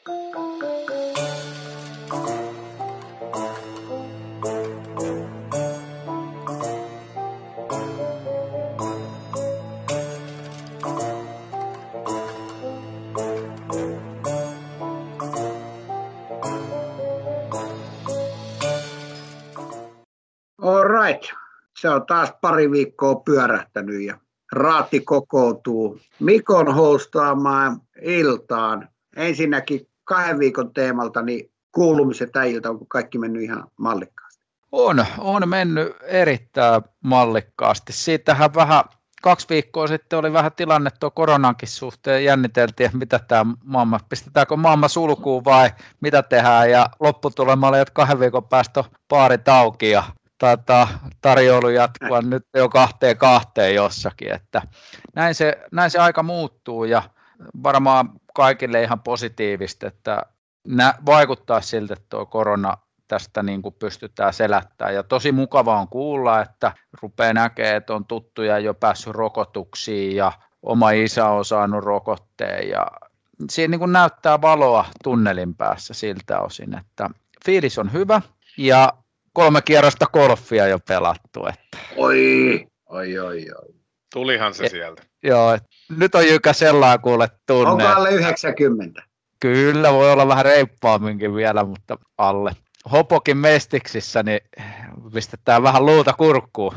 All right. Se on taas pari viikkoa pyörähtänyt ja raati kokoontuu Mikon hostaamaan iltaan. Ensinnäkin 2 viikon teemalta, niin kuulumiset äijiltä, onko kaikki mennyt ihan mallikkaasti? On mennyt erittäin mallikkaasti. Siitähän vähän 2 viikkoa sitten oli vähän tilanne tuo koronankin suhteen. Jänniteltiin, että mitä tämä maailma, pistetäänkö maailma sulkuun vai mitä tehdään. Ja lopputulema oli, että 2 viikon päästä on baarit auki ja tarjoulu jatkua nyt jo 2 jossakin. Että näin se aika muuttuu ja varmaan kaikille ihan positiivista, että vaikuttaa siltä, että tuo korona tästä niin kuin pystytään selättämään. Ja tosi mukava on kuulla, että rupeaa näkemään, että on tuttuja jo päässyt rokotuksiin ja oma isä on saanut rokotteen. Ja siinä niin kuin näyttää valoa tunnelin päässä siltä osin, että fiilis on hyvä ja 3 kierrosta golfia jo pelattu. Että. Oi. Tulihan se sieltä. Joo, nyt on Jykä sellainen kuule tunne. Onko alle 90? Kyllä, voi olla vähän reippaamminkin vielä, mutta alle. Hopokin mestiksissä, niin pistetään vähän luuta kurkkuun.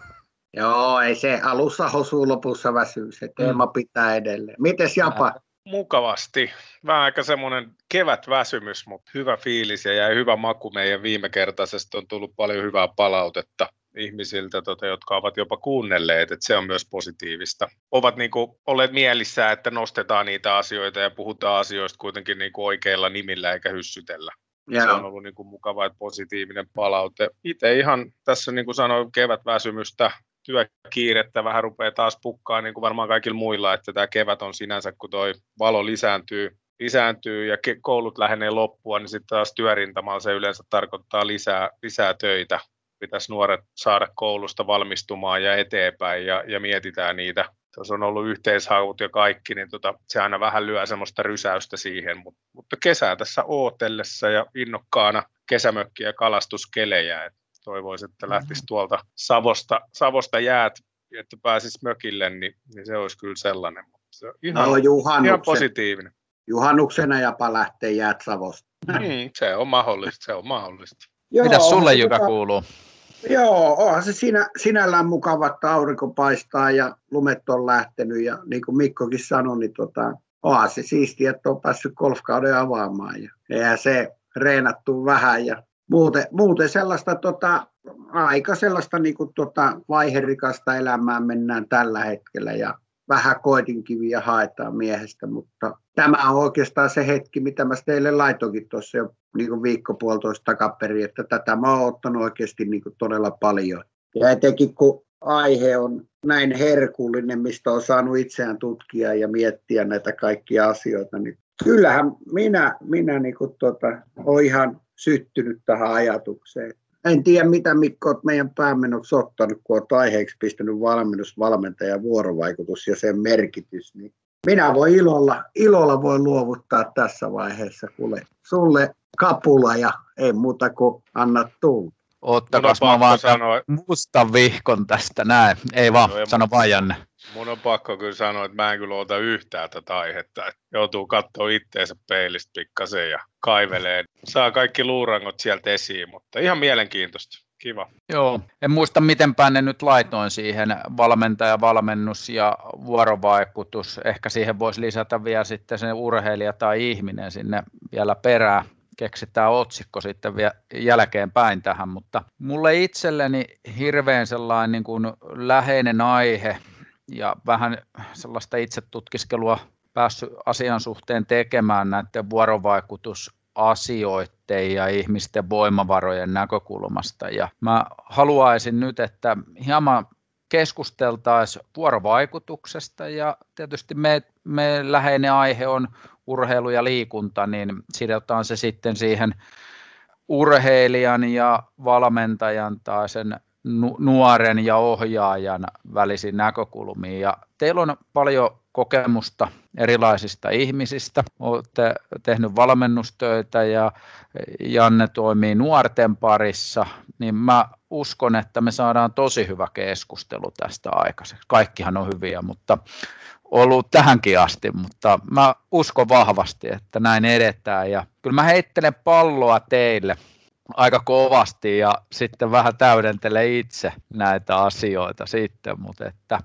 Joo, ei se alussa hosuu, lopussa väsyy. Se teema pitää edelleen. Mites Japa? Mukavasti. Vähän aika semmoinen kevätväsymys, mutta hyvä fiilis ja jäi hyvä maku meidän viimekertaisesta. On tullut paljon hyvää palautetta ihmisiltä, jotka ovat jopa kuunnelleet, että se on myös positiivista. Ovat niin kuin olleet mielissä, että nostetaan niitä asioita ja puhutaan asioista kuitenkin niin kuin oikeilla nimillä eikä hyssytellä. Joo. Se on ollut niin kuin mukava ja positiivinen palaute. Itse ihan tässä niin kuin sanoin kevätväsymystä, työkiirettä vähän rupeaa taas pukkaa niin kuin varmaan kaikilla muilla, että tämä kevät on sinänsä, kun toi valo lisääntyy ja koulut lähenee loppua, niin sitten taas työrintamalla se yleensä tarkoittaa lisää töitä. Pitäisi nuoret saada koulusta valmistumaan ja eteenpäin ja mietitään niitä. Tässä on ollut yhteishaut ja kaikki, niin se aina vähän lyö semmoista rysäystä siihen, mutta kesää tässä ootellessa ja innokkaana kesämökkiä ja kalastuskelejä. Et toivoisin, että lähtisi tuolta Savosta jäät, että pääsisi mökille, niin se olisi kyllä sellainen. Mutta se on ihan positiivinen. Juhannuksena Japa lähtee jäät Savosta. Se on mahdollista. Mitäs sulle Jykä kuuluu? Joo, onhan se sinällään mukava, että aurinko paistaa ja lumet on lähtenyt ja niin kuin Mikkokin sanoi, niin onhan se siistiä, että on päässyt golfkauden avaamaan ja eihän se reenattu vähän ja muuten sellaista aika sellaista niin kuin vaiherikasta elämää mennään tällä hetkellä ja vähän koetinkiviä haetaan miehestä, mutta tämä on oikeastaan se hetki, mitä mä teille laitoinkin tuossa jo niin kuin viikko-puolitoista takaperin, että tätä mä oon ottanut oikeasti niin kuin todella paljon. Ja etenkin kun aihe on näin herkullinen, mistä on saanut itseään tutkia ja miettiä näitä kaikkia asioita, niin kyllähän minä niin kuin olen ihan syttynyt tähän ajatukseen. En tiedä, mitä Mikko olet meidän päämenoksi ottanut, kun olet aiheeksi pistänyt valmennus, valmentaja, vuorovaikutus ja sen merkitys. Niin minä voin ilolla voi luovuttaa tässä vaiheessa sulle kapula ja ei muuta kuin anna tulla. Ottakas mä vaan mustan vihkon tästä näin. Ei vaan, sano vaan Janne. Mun on pakko kyllä sanoa, että mä en kyllä ota yhtään tätä aihetta. Että joutuu katsoa itteensä peilistä pikkasen ja kaivelee. Saa kaikki luurangot sieltä esiin, mutta ihan mielenkiintoista. Kiva. Joo, en muista miten päin ne nyt laitoin siihen valmentaja, valmennus ja vuorovaikutus. Ehkä siihen voisi lisätä vielä sitten se urheilija tai ihminen sinne vielä perään. Keksitään otsikko sitten vielä jälkeenpäin tähän, mutta mulle itselleni hirveän sellainen niin kuin läheinen aihe ja vähän sellaista itsetutkiskelua päässyt asian suhteen tekemään näiden vuorovaikutusasioiden ja ihmisten voimavarojen näkökulmasta. Ja mä haluaisin nyt, että hieman keskusteltaisiin vuorovaikutuksesta ja tietysti me läheinen aihe on urheilu ja liikunta, niin sidotaan se sitten siihen urheilijan ja valmentajan tai sen nuoren ja ohjaajan välisiin näkökulmiin. Ja teillä on paljon kokemusta erilaisista ihmisistä, olette tehnyt valmennustöitä ja Janne toimii nuorten parissa, niin mä uskon, että me saadaan tosi hyvä keskustelu tästä aikaiseksi. Kaikkihan on hyviä, mutta ollut tähänkin asti, mutta mä uskon vahvasti, että näin edetään ja kyllä mä heittelen palloa teille aika kovasti ja sitten vähän täydentele itse näitä asioita sitten, mutta että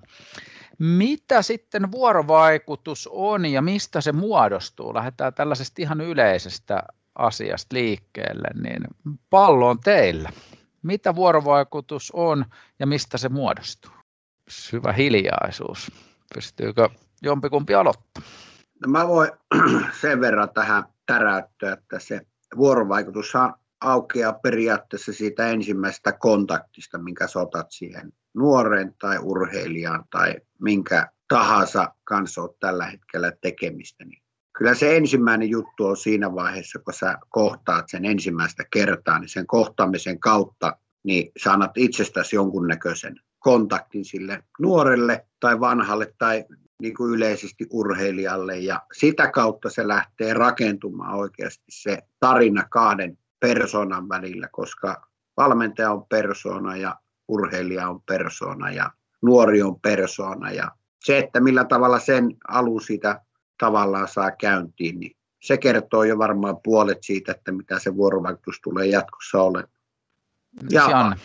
mitä sitten vuorovaikutus on ja mistä se muodostuu? Lähdetään tällaisesta ihan yleisestä asiasta liikkeelle, niin pallo on teillä. Mitä vuorovaikutus on ja mistä se muodostuu? Syvä hiljaisuus. Pystyykö jompikumpi aloittamaan? No mä voin sen verran tähän täräyttää, että se vuorovaikutus aukeaa periaatteessa siitä ensimmäisestä kontaktista, minkä sä otat siihen nuoren tai urheilijaan tai minkä tahansa kanssa olet tällä hetkellä tekemistä. Niin kyllä se ensimmäinen juttu on siinä vaiheessa, kun sä kohtaat sen ensimmäistä kertaa, niin sen kohtaamisen kautta niin sä annat itsestäsi jonkunnäköisen kontaktin sille nuorelle tai vanhalle tai niin kuin yleisesti urheilijalle. Ja sitä kautta se lähtee rakentumaan oikeasti se tarina kahden persoonan välillä, koska valmentaja on persoona ja urheilija on persoona ja nuori on persoona. Ja se, että millä tavalla sen alun sitä tavallaan saa käyntiin, niin se kertoo jo varmaan puolet siitä, että mitä se vuorovaikutus tulee jatkossa olemaan. Janne.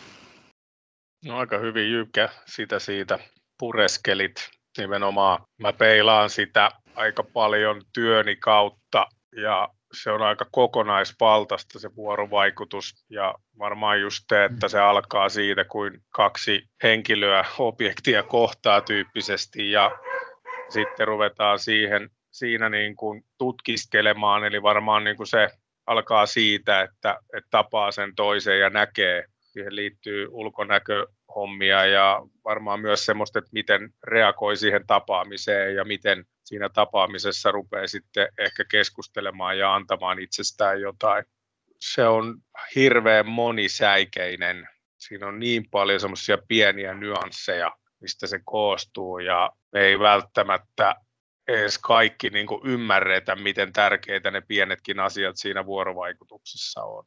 No aika hyvin Jykkä siitä pureskelit nimenomaan. Mä peilaan sitä aika paljon työni kautta ja se on aika kokonaisvaltaista se vuorovaikutus ja varmaan just se, että se alkaa siitä, kuin kaksi henkilöä, objektia kohtaa tyyppisesti ja sitten ruvetaan siinä niin kuin tutkiskelemaan, eli varmaan niin kuin se alkaa siitä, että tapaa sen toisen ja näkee. Siihen liittyy ulkonäköhommia ja varmaan myös semmoista, että miten reagoi siihen tapaamiseen ja miten siinä tapaamisessa rupeaa sitten ehkä keskustelemaan ja antamaan itsestään jotain. Se on hirveän monisäikeinen. Siinä on niin paljon semmoisia pieniä nyansseja, mistä se koostuu ja me ei välttämättä edes kaikki niin kuin ymmärretä, miten tärkeitä ne pienetkin asiat siinä vuorovaikutuksessa on.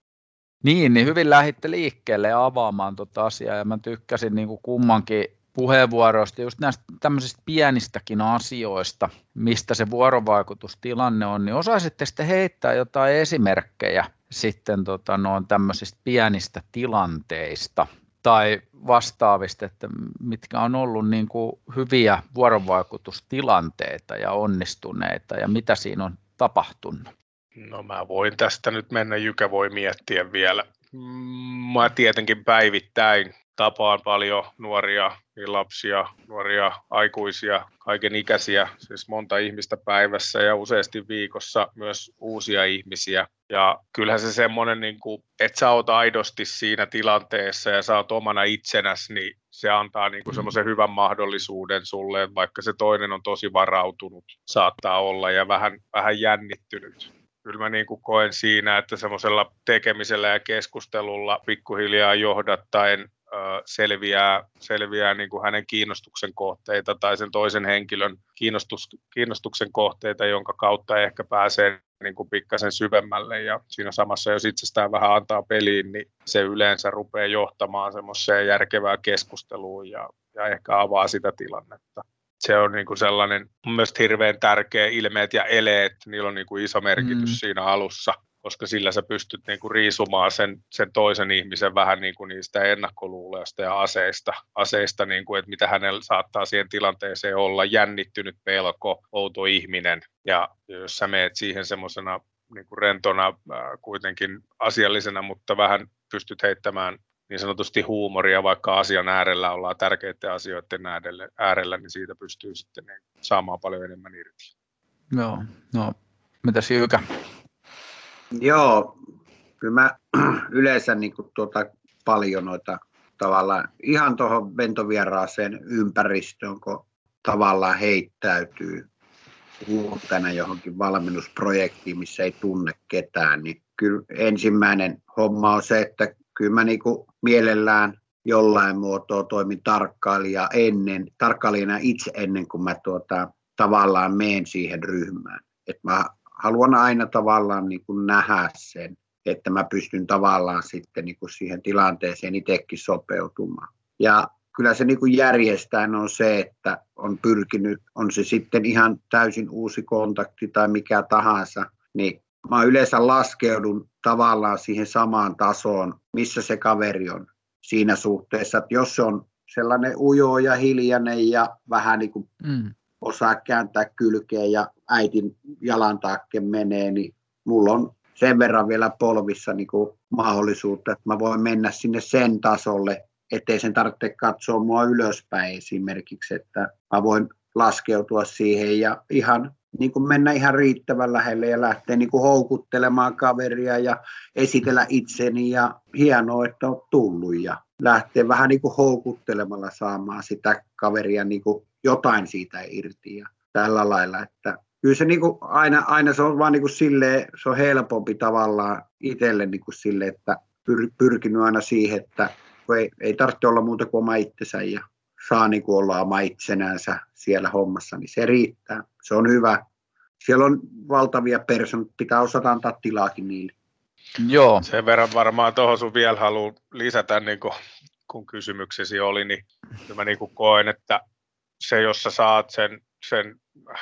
Niin hyvin lähditte liikkeelle ja avaamaan tuota asiaa ja mä tykkäsin niin kuin kummankin puheenvuoroista, just näistä tämmöisistä pienistäkin asioista, mistä se vuorovaikutustilanne on, niin osaisitte sitten heittää jotain esimerkkejä sitten tämmöisistä pienistä tilanteista tai vastaavista, että mitkä on ollut niin kuin hyviä vuorovaikutustilanteita ja onnistuneita ja mitä siinä on tapahtunut? No mä voin tästä nyt mennä, Jykä voi miettiä vielä. Mä tietenkin päivittäin tapaan paljon nuoria, niin lapsia, nuoria aikuisia, kaikenikäisiä, siis monta ihmistä päivässä ja useasti viikossa myös uusia ihmisiä. Ja kyllähän se semmoinen, että sä oot aidosti siinä tilanteessa ja sä oot omana itsenäsi, niin se antaa semmoisen hyvän mahdollisuuden sulle, että vaikka se toinen on tosi varautunut, saattaa olla ja vähän jännittynyt. Kyllä mä koen siinä, että semmoisella tekemisellä ja keskustelulla pikkuhiljaa johdattaen selviää niin kuin hänen kiinnostuksen kohteita tai sen toisen henkilön kiinnostuksen kohteita, jonka kautta ehkä pääsee niin kuin pikkasen syvemmälle ja siinä samassa, jos itsestään vähän antaa peliin, niin se yleensä rupeaa johtamaan semmoiseen järkevään keskusteluun ja ehkä avaa sitä tilannetta. Se on niin kuin sellainen mun mielestä hirveän tärkeä ilmeet ja eleet, niillä on niin kuin iso merkitys siinä alussa, koska sillä sä pystyt niin kuin riisumaan sen toisen ihmisen vähän niin kuin niistä ennakkoluuloista ja aseista niin kuin, että mitä hänellä saattaa siihen tilanteeseen olla, jännittynyt pelko, outo ihminen. Ja jos sä meet siihen semmoisena niin kuin rentona, kuitenkin asiallisena, mutta vähän pystyt heittämään niin sanotusti huumoria, vaikka asian äärellä ollaan tärkeiden asioiden äärellä, niin siitä pystyy sitten saamaan paljon enemmän irti. Joo, no mitäs Jykä? Joo, kyllä mä yleensä paljon noita tavallaan ihan tuohon ventovieraaseen ympäristöön, kun tavallaan heittäytyy uutena johonkin valmennusprojektiin, missä ei tunne ketään, niin kyllä ensimmäinen homma on se, että kyllä mä mielellään jollain muotoa toimin tarkkailijana itse ennen kuin mä tavallaan menen siihen ryhmään. Et mä haluan aina tavallaan niin kuin nähdä sen, että mä pystyn tavallaan sitten niin kuin siihen tilanteeseen itsekin sopeutumaan. Ja kyllä se niin kuin järjestäen on se, että on pyrkinyt, on se sitten ihan täysin uusi kontakti tai mikä tahansa, niin mä yleensä laskeudun tavallaan siihen samaan tasoon, missä se kaveri on siinä suhteessa, että jos se on sellainen ujo ja hiljainen ja vähän niin kuin osaa kääntää kylkeen ja äitin jalan taakse menee, niin mulla on sen verran vielä polvissa niin kuin mahdollisuutta, että mä voin mennä sinne sen tasolle, ettei sen tarvitse katsoa mua ylöspäin esimerkiksi, että mä voin laskeutua siihen ja ihan niin kuin mennä ihan riittävän lähelle ja lähteä niin kuin houkuttelemaan kaveria ja esitellä itseni ja hienoa, että on tullut ja lähteä vähän niin kuin houkuttelemalla saamaan sitä kaveria niin kuin jotain siitä irti ja tällä lailla, että kyllä se niin kuin aina se on vaan niin kuin silleen, se on helpompi tavallaan itselle niin kuin silleen, että pyrkinyt aina siihen, että ei tarvitse olla muuta kuin oma itsensä ja saa niin kuin olla oma itsenänsä siellä hommassa, niin se riittää. Se on hyvä. Siellä on valtavia persoonat, pitää osata antaa tilaakin niille. Joo. Sen verran varmaan tuohon sun vielä haluan lisätä, niin kun kysymyksesi oli, niin mä niin koen, että se, jos sä saat sen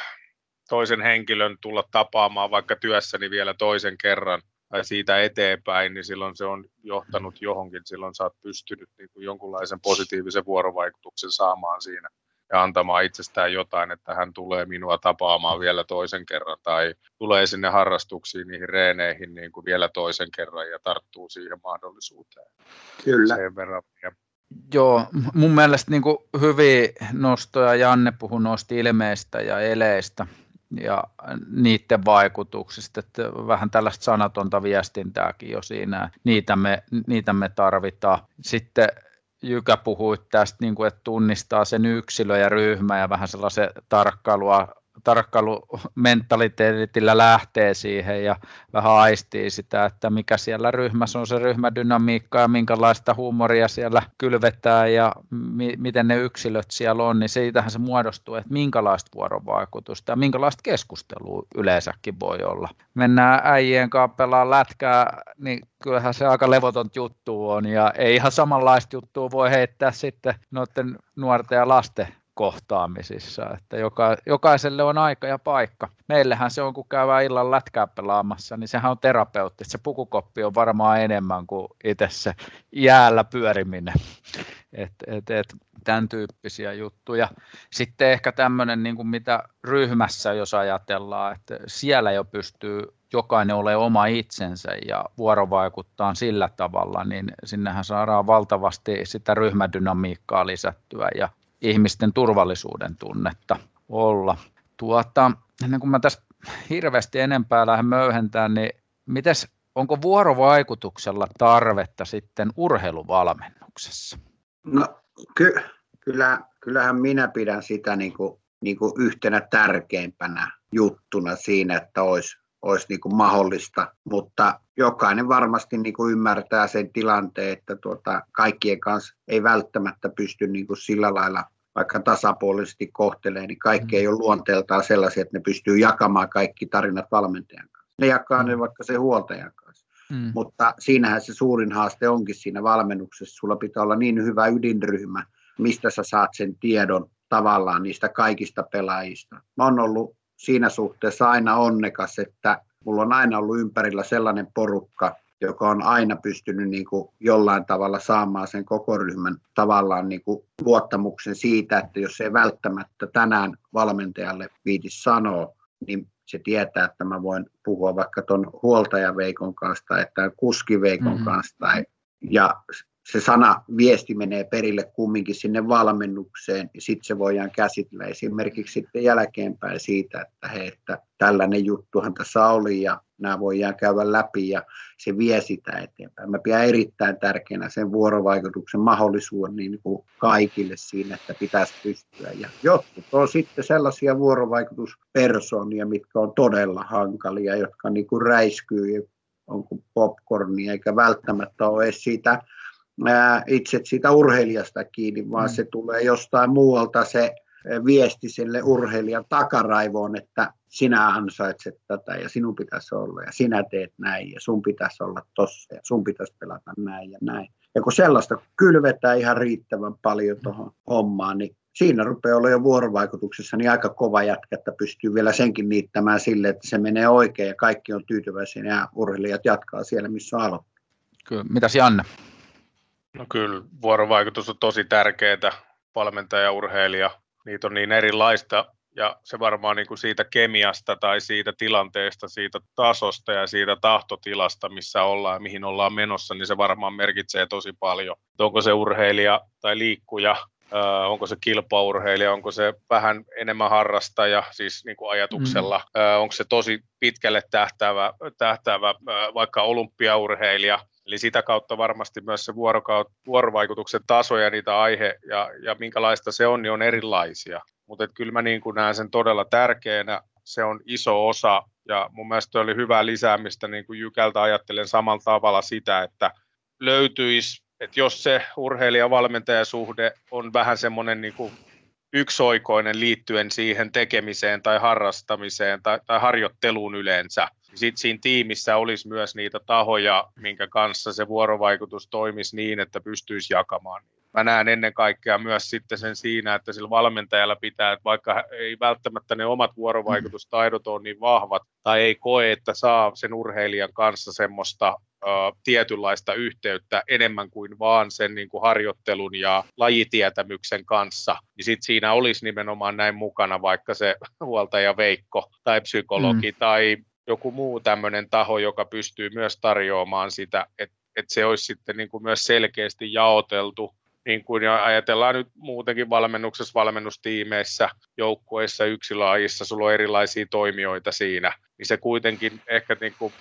toisen henkilön tulla tapaamaan vaikka työssäni vielä toisen kerran tai siitä eteenpäin, niin silloin se on johtanut johonkin, silloin sä oot pystynyt niin kuin jonkunlaisen positiivisen vuorovaikutuksen saamaan siinä ja antamaan itsestään jotain, että hän tulee minua tapaamaan vielä toisen kerran tai tulee sinne harrastuksiin, niihin reeneihin niin kuin vielä toisen kerran ja tarttuu siihen mahdollisuuteen. Kyllä. Sen verran. Joo, mun mielestä niin kuin hyviä nostoja Janne puhui noista ilmeistä ja eleistä ja niiden vaikutuksista, että vähän tällaista sanatonta viestintääkin jo siinä, niitä me tarvitaan. Sitten Jykä puhui tästä, niin kuin, että tunnistaa sen yksilö ja ryhmä ja vähän sellaisen tarkkailumentaliteetillä lähtee siihen ja vähän aistii sitä, että mikä siellä ryhmässä on se ryhmädynamiikka ja minkälaista huumoria siellä kylvetään ja miten ne yksilöt siellä on, niin siitähän se muodostuu, että minkälaista vuorovaikutusta ja minkälaista keskustelua yleensäkin voi olla. Mennään äijien kanssa pelaamaan lätkää, niin kyllähän se aika levoton juttu on ja ei ihan samanlaista juttua voi heittää sitten noiden nuorten ja lasten kohtaamisissa, että jokaiselle on aika ja paikka. Meillähän se on, kun käydään illan lätkää pelaamassa, niin sehän on terapeutti. Se pukukoppi on varmaan enemmän kuin itse se jäällä pyöriminen. Tämän tyyppisiä juttuja. Sitten ehkä tämmöinen, niin kuin mitä ryhmässä, jos ajatellaan, että siellä jo pystyy jokainen olemaan oma itsensä ja vuorovaikuttaa sillä tavalla, niin sinnehän saadaan valtavasti sitä ryhmädynamiikkaa lisättyä ja ihmisten turvallisuuden tunnetta olla. Ennen kuin mä tästä hirveästi enempää lähden möyhentämään, niin onko vuorovaikutuksella tarvetta sitten urheiluvalmennuksessa? No kyllähän minä pidän sitä niin kuin yhtenä tärkeimpänä juttuna siinä, että olisi niin kuin mahdollista, mutta jokainen varmasti niin kuin ymmärtää sen tilanteen, että kaikkien kanssa ei välttämättä pysty niin kuin sillä lailla vaikka tasapuolisesti kohtelee, niin kaikki ei ole luonteeltaan sellaisia, että ne pystyy jakamaan kaikki tarinat valmentajan kanssa. Ne jakaa ne vaikka se huoltajan kanssa. Mutta siinähän se suurin haaste onkin siinä valmennuksessa. Sulla pitää olla niin hyvä ydinryhmä, mistä sä saat sen tiedon tavallaan niistä kaikista pelaajista. Mä oon ollut siinä suhteessa aina onnekas, että mulla on aina ollut ympärillä sellainen porukka, joka on aina pystynyt niin kuin jollain tavalla saamaan sen koko ryhmän tavallaan niin kuin luottamuksen siitä, että jos ei välttämättä tänään valmentajalle viiti sanoa, niin se tietää, että mä voin puhua vaikka tuon huoltajaveikon kanssa tai tämän kuskiveikon kanssa. Ja se viesti menee perille kumminkin sinne valmennukseen ja sitten se voidaan käsitellä esimerkiksi sitten jälkeenpäin siitä, että tällainen juttuhan tässä oli ja nämä voidaan käydä läpi ja se vie sitä eteenpäin. Mä pidän erittäin tärkeänä sen vuorovaikutuksen mahdollisuuden niin kuin kaikille siinä, että pitäisi pystyä. Ja jotkut on sitten sellaisia vuorovaikutuspersoonia, mitkä on todella hankalia, jotka niin kuin räiskyy on kuin popcornia eikä välttämättä ole edes siitä itse siitä urheilijasta kiinni, vaan se tulee jostain muualta se viesti sille urheilijan takaraivoon, että sinä ansaitset tätä ja sinun pitäisi olla ja sinä teet näin ja sun pitäisi olla tossa ja sun pitäisi pelata näin ja näin. Ja kun sellaista kylvetään ihan riittävän paljon tuohon hommaan, niin siinä rupeaa olla jo vuorovaikutuksessa niin aika kova jätkä, että pystyy vielä senkin niittämään sille, että se menee oikein ja kaikki on tyytyväisiä ja urheilijat jatkaa siellä, missä on aloittanut. Kyllä. Mitäs Janne? No kyllä, vuorovaikutus on tosi tärkeää, valmentaja ja urheilija. Niitä on niin erilaista ja se varmaan niin kuin siitä kemiasta tai siitä tilanteesta, siitä tasosta ja siitä tahtotilasta, missä ollaan ja mihin ollaan menossa, niin se varmaan merkitsee tosi paljon. Onko se urheilija tai liikkuja, onko se kilpaurheilija, onko se vähän enemmän harrastaja, siis niin kuin ajatuksella, onko se tosi pitkälle tähtäävä vaikka olympiaurheilija. Eli sitä kautta varmasti myös se vuorovaikutuksen taso ja niitä aihe ja minkälaista se on, niin on erilaisia. Mutta kyllä mä niin kuin näen sen todella tärkeänä, se on iso osa ja mun mielestä oli hyvää lisäämistä, niin kuin Jykältä ajattelen samalla tavalla sitä, että löytyisi, että jos se urheilija-valmentajasuhde on vähän semmoinen niin kuin yksioikoinen liittyen siihen tekemiseen tai harrastamiseen tai harjoitteluun yleensä, sitten siinä tiimissä olisi myös niitä tahoja, minkä kanssa se vuorovaikutus toimisi niin, että pystyisi jakamaan. Mä näen ennen kaikkea myös sitten sen siinä, että sillä valmentajalla pitää, että vaikka ei välttämättä ne omat vuorovaikutustaidot ole niin vahvat, tai ei koe, että saa sen urheilijan kanssa semmoista tietynlaista yhteyttä enemmän kuin vaan sen niin kuin harjoittelun ja lajitietämyksen kanssa, niin sitten siinä olisi nimenomaan näin mukana vaikka se huoltaja Veikko tai psykologi tai joku muu tämmöinen taho, joka pystyy myös tarjoamaan sitä, että se olisi sitten niin kuin myös selkeästi jaoteltu, niin kuin ajatellaan nyt muutenkin valmennuksessa, valmennustiimeissä, joukkueissa, yksilölajissa, sulla on erilaisia toimijoita siinä, niin se kuitenkin ehkä niin kuin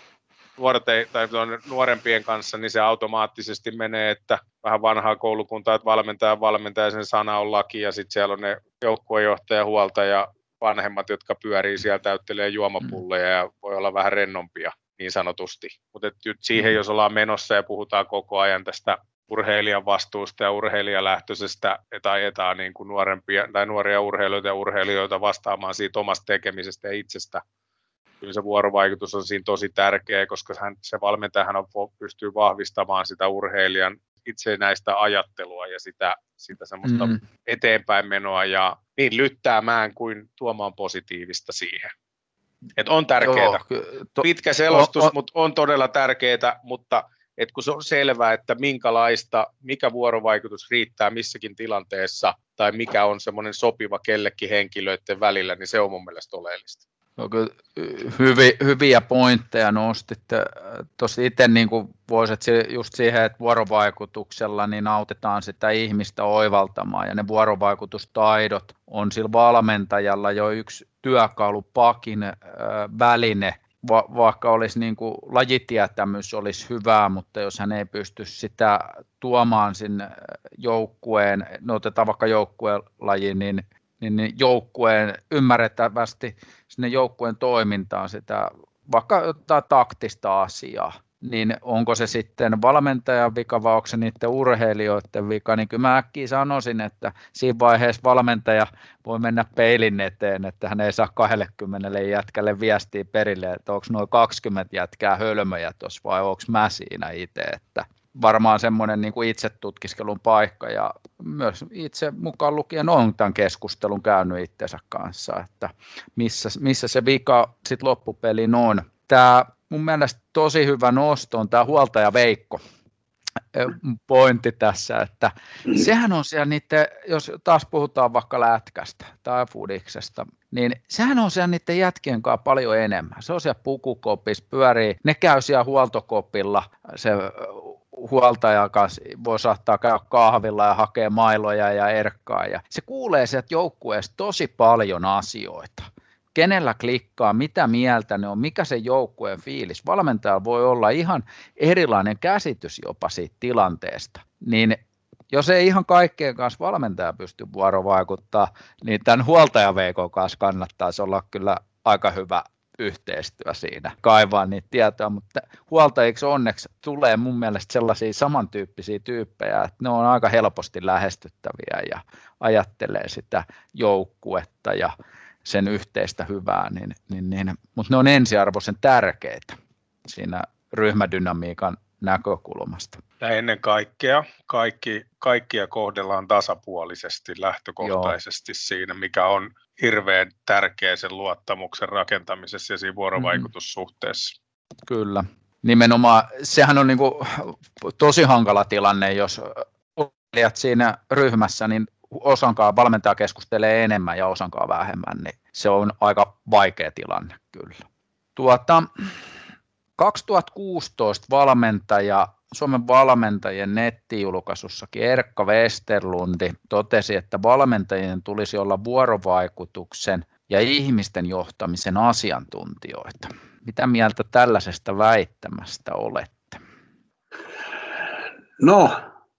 nuorempien kanssa, niin se automaattisesti menee, että vähän vanhaa koulukuntaa, että valmentaja sen sana on laki, ja sitten siellä on ne joukkuejohtaja, huoltaja, vanhemmat, jotka pyörii siellä, täyttelee juomapulleja ja voi olla vähän rennompia niin sanotusti. Mutta siihen, jos ollaan menossa ja puhutaan koko ajan tästä urheilijan vastuusta ja urheilijalähtöisestä, että ajetaan niin kuin nuoria urheilijoita ja urheilijoita vastaamaan siitä omasta tekemisestä ja itsestä. Kyllä se vuorovaikutus on siinä tosi tärkeä, koska se valmentajahan pystyy vahvistamaan sitä urheilijan itsenäistä ajattelua ja sitä semmoista eteenpäin menoa ja niin lyttäämään kuin tuomaan positiivista siihen. Et on tärkeää. Pitkä selostus, mutta on todella tärkeää, mutta kun se on selvää, että mikä vuorovaikutus riittää missäkin tilanteessa tai mikä on semmoinen sopiva kellekin henkilöiden välillä, niin se on mun mielestä oleellista. Hyviä pointteja nostitte. Tuossa itse niin voisit just siihen, että vuorovaikutuksella niin autetaan sitä ihmistä oivaltamaan ja ne vuorovaikutustaidot on sillä valmentajalla jo yksi työkalupakin väline, vaikka olisi niin kuin lajitietämys olisi hyvää, mutta jos hän ei pysty sitä tuomaan sinne joukkueen, no otetaan vaikka joukkuelaji, niin joukkueen ymmärrettävästi sinne joukkueen toimintaan sitä vaikka jotain taktista asiaa, niin onko se sitten valmentajan vika vai onko se niiden urheilijoiden vika, niin kyllä mä äkkiä sanoisin, että siinä vaiheessa valmentaja voi mennä peilin eteen, että hän ei saa 20 jätkälle viestiä perille, että onko noin 20 jätkää hölmöjä tuossa vai onko mä siinä itse, että varmaan semmoinen niin kuin itsetutkiskelun paikka ja myös itse mukaan lukien on tämän keskustelun käynyt itsensä kanssa, että missä se vika sitten loppupeliin on. Tämä mun mielestä tosi hyvä nosto on tämä huoltaja Veikko pointti tässä, että sehän on siellä niiden, jos taas puhutaan vaikka lätkästä tai fudiksesta, niin sehän on siellä niiden jätkien kanssa paljon enemmän. Se on siellä pukukopissa, pyörii, ne käy siellä huoltokopilla, se huoltaja kanssa voi saattaa käydä kahvilla ja hakea mailoja ja erkkaa. Ja se kuulee sieltä joukkueesta tosi paljon asioita. Kenellä klikkaa, mitä mieltä ne on, mikä se joukkueen fiilis. Valmentajalla voi olla ihan erilainen käsitys jopa siitä tilanteesta. Niin jos ei ihan kaikkien kanssa valmentaja pysty vuorovaikuttaa, niin tämän huoltajaveikon kanssa kannattaisi olla kyllä aika hyvä yhteistyö siinä, kaivaa niitä tietoa, mutta huoltajiksi onneksi tulee mun mielestä sellaisia samantyyppisiä tyyppejä, että ne on aika helposti lähestyttäviä ja ajattelee sitä joukkuetta ja sen yhteistä hyvää, mutta ne on ensiarvoisen tärkeitä siinä ryhmädynamiikan näkökulmasta. Ja ennen kaikkea kaikkia kohdellaan tasapuolisesti lähtökohtaisesti siinä, mikä on hirveän tärkeä sen luottamuksen rakentamisessa ja siinä vuorovaikutussuhteessa. Kyllä. Nimenomaan sehän on niinku tosi hankala tilanne, jos olijat siinä ryhmässä, niin osankaan valmentaja keskustelee enemmän ja osankaan vähemmän, niin se on aika vaikea tilanne kyllä. 2016 Suomen valmentajien nettijulkaisussakin Erkka Westerlundi totesi, että valmentajien tulisi olla vuorovaikutuksen ja ihmisten johtamisen asiantuntijoita. Mitä mieltä tällaisesta väittämästä olette? No,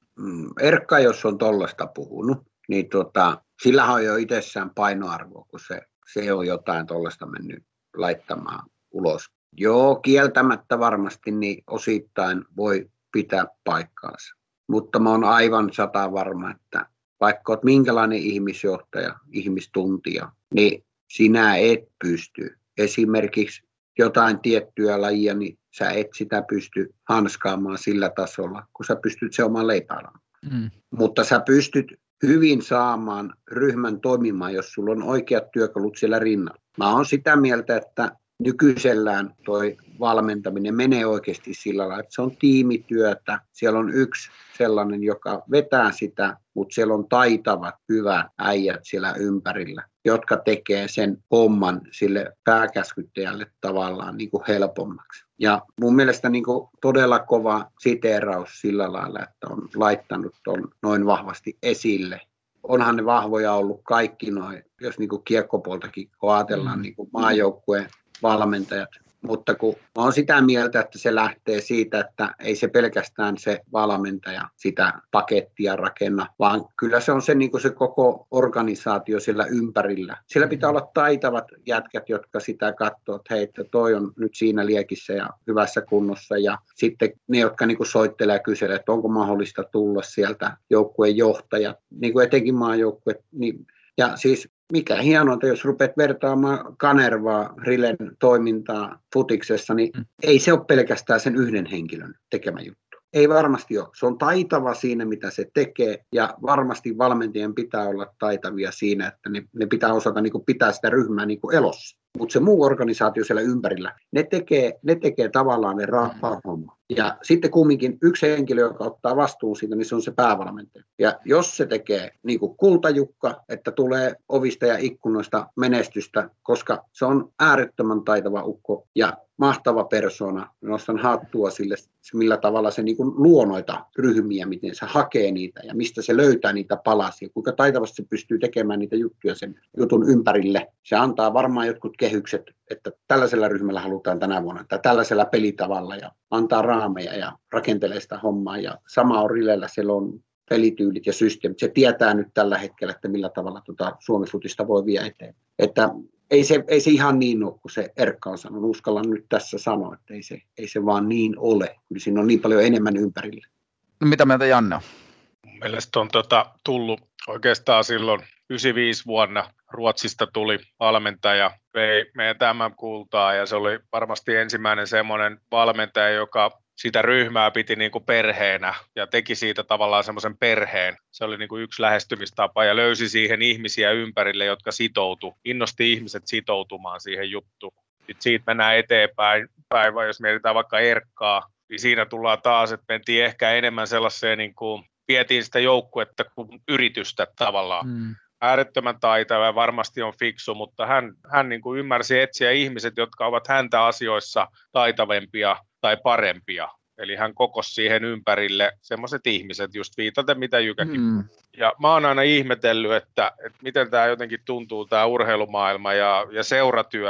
Erkka, jos on tollaista puhunut, niin sillähän on jo itsessään painoarvoa, kun se on jotain tollaista mennyt laittamaan ulos. Joo, kieltämättä varmasti niin osittain voi pitää paikkaansa, mutta mä oon aivan varma, että vaikka oot minkälainen ihmisjohtaja, ihmistuntija, niin sinä et pysty esimerkiksi jotain tiettyä lajia, niin sä et sitä pysty hanskaamaan sillä tasolla, kun sä pystyt se oman leipäalan. Mutta sä pystyt hyvin saamaan ryhmän toimimaan, jos sulla on oikeat työkalut siellä rinnalla. Mä oon sitä mieltä, että nykyisellään toi valmentaminen menee oikeasti sillä lailla, että se on tiimityötä. Siellä on yksi sellainen, joka vetää sitä, mutta siellä on taitavat, hyvät äijät siellä ympärillä, jotka tekee sen homman sille pääkäskyttäjälle tavallaan niin kuin helpommaksi. Ja mun mielestä niin kuin todella kova siteeraus sillä lailla, että on laittanut ton noin vahvasti esille. Onhan ne vahvoja ollut kaikki noin, jos niin kuin kiekkopuoltakin ajatellaan niin kuin maajoukkueen valmentajat. Mutta kun mä oon sitä mieltä, että se lähtee siitä, että ei se pelkästään se valmentaja sitä pakettia rakenna, vaan kyllä se on se, niin kuin se koko organisaatio siellä ympärillä. Siellä pitää olla taitavat jätkät, jotka sitä katsoo, että hei, että toi on nyt siinä liekissä ja hyvässä kunnossa. Ja sitten ne, jotka niin kuin soittelee ja kyselee, että onko mahdollista tulla sieltä joukkueen johtajat, niin kuin etenkin maajoukkueet. Niin, ja siis mikä hienointa, jos rupeat vertaamaan Kanervaa, Rilen toimintaa futiksessa, niin ei se ole pelkästään sen yhden henkilön tekemä juttu. Ei varmasti ole. Se on taitava siinä, mitä se tekee, ja varmasti valmentajien pitää olla taitavia siinä, että ne pitää osata niin kuin pitää sitä ryhmää niin kuin elossa. Mutta se muu organisaatio siellä ympärillä, ne tekee tavallaan ne homma. Ja sitten kumminkin yksi henkilö, joka ottaa vastuun siitä, niin se on se päävalmentaja. Ja jos se tekee niin kuin kultajukka, että tulee ovista ja ikkunoista menestystä, koska se on äärettömän taitava ukko ja mahtava persona, nostan hattua sille, millä tavalla se niin kuin luo noita ryhmiä, miten se hakee niitä ja mistä se löytää niitä palasia, kuinka taitavasti se pystyy tekemään niitä juttuja sen jutun ympärille. Se antaa varmaan jotkut kehykset, että tällaisella ryhmällä halutaan tänä vuonna tai tällaisella pelitavalla ja antaa raameja ja rakentelee sitä hommaa. Ja sama on Rilellä, siellä on pelityylit ja systeemit. Se tietää nyt tällä hetkellä, että millä tavalla Suomi-futista voi viedä eteen. Että ei se ihan niin ole, kuin se Erkka on sanonut. Uskallan nyt tässä sanoa, että ei se vaan niin ole. Kyllä siinä on niin paljon enemmän ympärillä. No, mitä mieltä Janne on? Mun mielestä on tullut oikeastaan silloin 95 vuonna Ruotsista tuli valmentaja, vei meidän tämän kultaa ja se oli varmasti ensimmäinen semmoinen valmentaja, joka sitä ryhmää piti niin kuin perheenä ja teki siitä tavallaan semmoisen perheen. Se oli niin kuin yksi lähestymistapa ja löysi siihen ihmisiä ympärille, jotka innosti ihmiset sitoutumaan siihen juttuun. Sitten siitä mennään eteenpäin, vai jos mietitään vaikka Erkkaa, niin siinä tullaan taas, että mentiin ehkä enemmän sellaiseen, niin kuin vietiin sitä joukkuetta kuin yritystä tavallaan. Äärettömän taitava ja varmasti on fiksu, mutta hän niin kuin ymmärsi etsiä ihmiset, jotka ovat häntä asioissa taitavempia tai parempia. Eli hän kokosi siihen ympärille semmoiset ihmiset, just viitaten mitä Jykäkin. Ja mä oon aina ihmetellyt, että miten tämä jotenkin tuntuu, tämä urheilumaailma ja seuratyö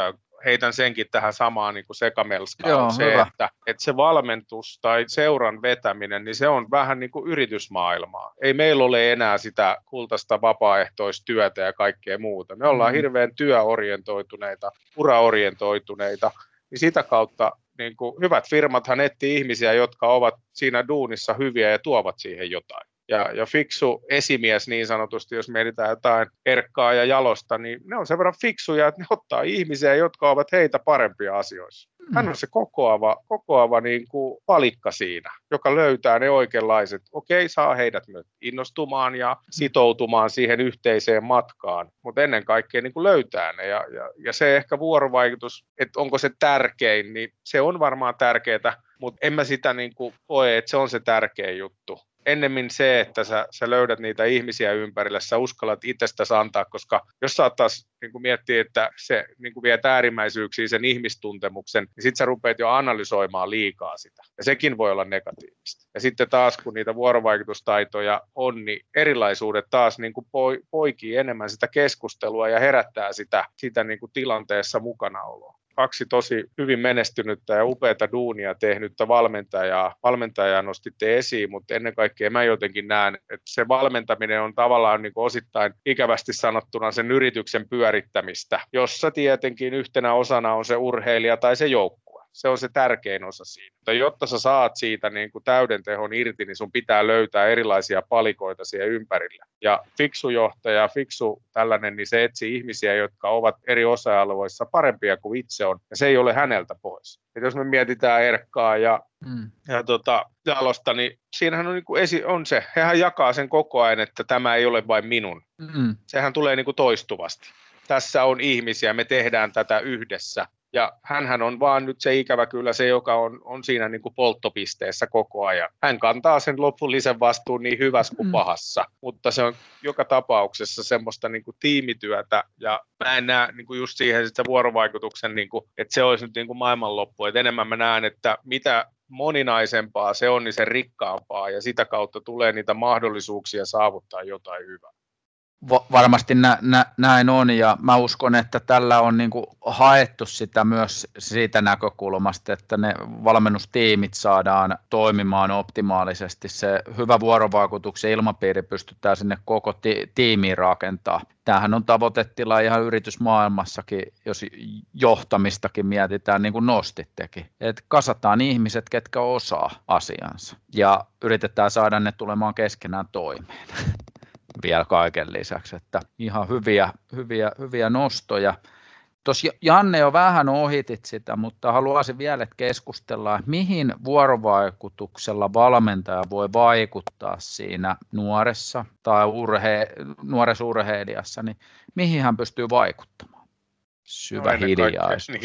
heitän senkin tähän samaan niin kuin sekamelskaan, on se, hyvä. että se valmentus tai seuran vetäminen, niin se on vähän niin kuin yritysmaailmaa. Ei meillä ole enää sitä kultaista vapaaehtoistyötä ja kaikkea muuta. Me ollaan hirveän työorientoituneita, uraorientoituneita, niin sitä kautta niin kuin hyvät firmathan etsii ihmisiä, jotka ovat siinä duunissa hyviä ja tuovat siihen jotain. Ja fiksu esimies niin sanotusti, jos mietitään jotain Erkkaa ja Jalosta, niin ne on sen verran fiksuja, että ne ottaa ihmisiä, jotka ovat heitä parempia asioissa. Hän on se kokoava niin kuin palikka siinä, joka löytää ne oikeanlaiset. Okei, saa heidät myös innostumaan ja sitoutumaan siihen yhteiseen matkaan, mutta ennen kaikkea niin kuin löytää ne. Ja se ehkä vuorovaikutus, että onko se tärkein, niin se on varmaan tärkeää, mutta en mä sitä niin kuin koe, että se on se tärkein juttu. Ennemmin se, että sä löydät niitä ihmisiä ympärillä, sä uskallat itsestäsi antaa, koska jos saattaisi niin miettiä, että se niin viet äärimmäisyyksiin sen ihmistuntemuksen, niin sitten sä rupeat jo analysoimaan liikaa sitä. Ja sekin voi olla negatiivista. Ja sitten taas, kun niitä vuorovaikutustaitoja on, niin erilaisuudet taas niin kuin poikii enemmän sitä keskustelua ja herättää sitä niin kuin tilanteessa mukanaoloa. 2 tosi hyvin menestynyttä ja upeata duunia tehnyttä valmentajaa nostitte esiin, mutta ennen kaikkea mä jotenkin näen, että se valmentaminen on tavallaan niin kuin osittain ikävästi sanottuna sen yrityksen pyörittämistä, jossa tietenkin yhtenä osana on se urheilija tai se joukkue. Se on se tärkein osa siinä. Mutta jotta sä saat siitä niin kuin täyden tehon irti, niin sun pitää löytää erilaisia palikoita siihen ympärille. Ja fiksu johtaja, fiksu tällainen, niin se etsii ihmisiä, jotka ovat eri osa-alueissa parempia kuin itse on. Ja se ei ole häneltä pois. Et jos me mietitään Erkkaa ja Jalosta, niin siinähän on, niin kuin on se. Hehän jakaa sen koko ajan, että tämä ei ole vain minun. Sehän tulee niin kuin toistuvasti. Tässä on ihmisiä, me tehdään tätä yhdessä. Ja hänhän on vaan nyt se ikävä kyllä se, joka on siinä niin kuin polttopisteessä koko ajan. Hän kantaa sen lopullisen vastuun niin hyvässä kuin pahassa, mutta se on joka tapauksessa semmoista niin kuin tiimityötä ja mä en näe niin kuin just siihen sitä vuorovaikutuksen, niin kuin, että se olisi nyt niin kuin maailmanloppu. Et enemmän mä näen, että mitä moninaisempaa se on, niin sen rikkaampaa ja sitä kautta tulee niitä mahdollisuuksia saavuttaa jotain hyvää. Varmasti näin on, ja mä uskon, että tällä on niin kuin haettu sitä myös siitä näkökulmasta, että ne valmennustiimit saadaan toimimaan optimaalisesti. Se hyvä vuorovaikutuksen ilmapiiri pystytään sinne koko tiimiin rakentaa. Tämähän on tavoitetila ihan yritysmaailmassakin, jos johtamistakin mietitään, niin kuin nostittekin. Että kasataan ihmiset, ketkä osaa asiansa, ja yritetään saada ne tulemaan keskenään toimeen. Vielä kaiken lisäksi, että ihan hyviä nostoja. Tuossa Janne jo vähän ohitit sitä, mutta haluaisin vielä, että keskustellaan, mihin vuorovaikutuksella valmentaja voi vaikuttaa siinä nuoressa tai nuoressa urheilijassa, niin mihin hän pystyy vaikuttamaan? Syvä hiljaisuus.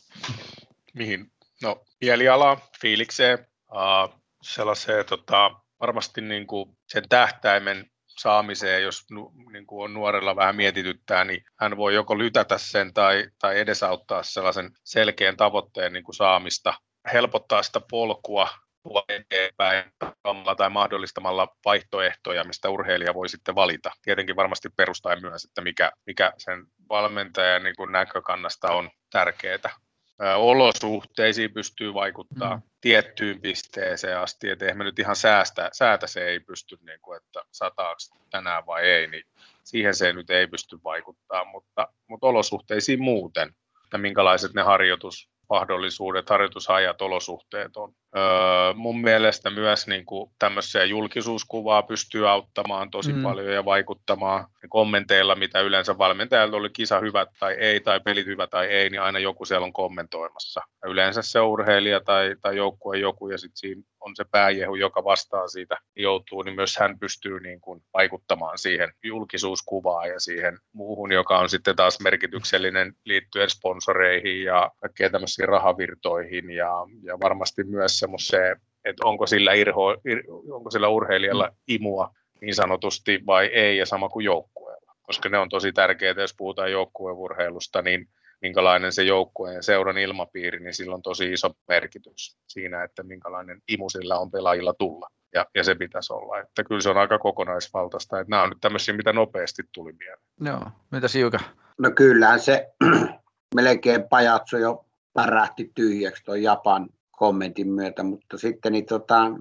Mihin? No, mieliala, fiilikseen, sellaiseen varmasti niin kuin sen tähtäimen saamiseen, jos niin kuin on nuorella vähän mietityttää, niin hän voi joko lytätä sen tai edesauttaa sellaisen selkeän tavoitteen niin kuin saamista, helpottaa sitä polkua eteenpäin tai mahdollistamalla vaihtoehtoja, mistä urheilija voi sitten valita. Tietenkin varmasti perustaen myös, että mikä sen valmentajan niin kuin näkökannasta on tärkeää. Olosuhteisiin pystyy vaikuttaa tiettyyn pisteeseen asti, että eihän me nyt ihan säätä se ei pysty, niin kuin, että sataako tänään vai ei, niin siihen se nyt ei pysty vaikuttaa, mutta olosuhteisiin muuten, että minkälaiset ne harjoitusmahdollisuudet, harjoitusajat, olosuhteet on. Mun mielestä myös niin kuin tämmöisiä julkisuuskuvaa pystyy auttamaan tosi paljon ja vaikuttamaan kommenteilla, mitä yleensä valmentajalla oli kisa hyvä tai ei, tai pelit hyvä tai ei, niin aina joku siellä on kommentoimassa. Ja yleensä se urheilija tai joukkue joku, ja sitten siinä on se pääjehu, joka vastaa siitä joutuu, niin myös hän pystyy niin kuin vaikuttamaan siihen julkisuuskuvaan ja siihen muuhun, joka on sitten taas merkityksellinen liittyen sponsoreihin ja kaikkeen tämmöisiin rahavirtoihin ja varmasti myös semmoiseen, että onko sillä urheilijalla imua niin sanotusti vai ei, ja sama kuin joukkueella. Koska ne on tosi tärkeitä, jos puhutaan joukkueurheilusta, niin minkälainen se joukkueen ja seuran ilmapiiri, niin sillä on tosi iso merkitys siinä, että minkälainen imu sillä on pelaajilla tulla. Ja se pitäisi olla. Että kyllä se on aika kokonaisvaltaista. Että nämä on nyt tämmöisiä, mitä nopeasti tuli mieleen. Joo, mitäs Jykä? No kyllähän se melkein pajatso jo pärähti tyhjäksi tuon Japan kommentin myötä, mutta sitten niin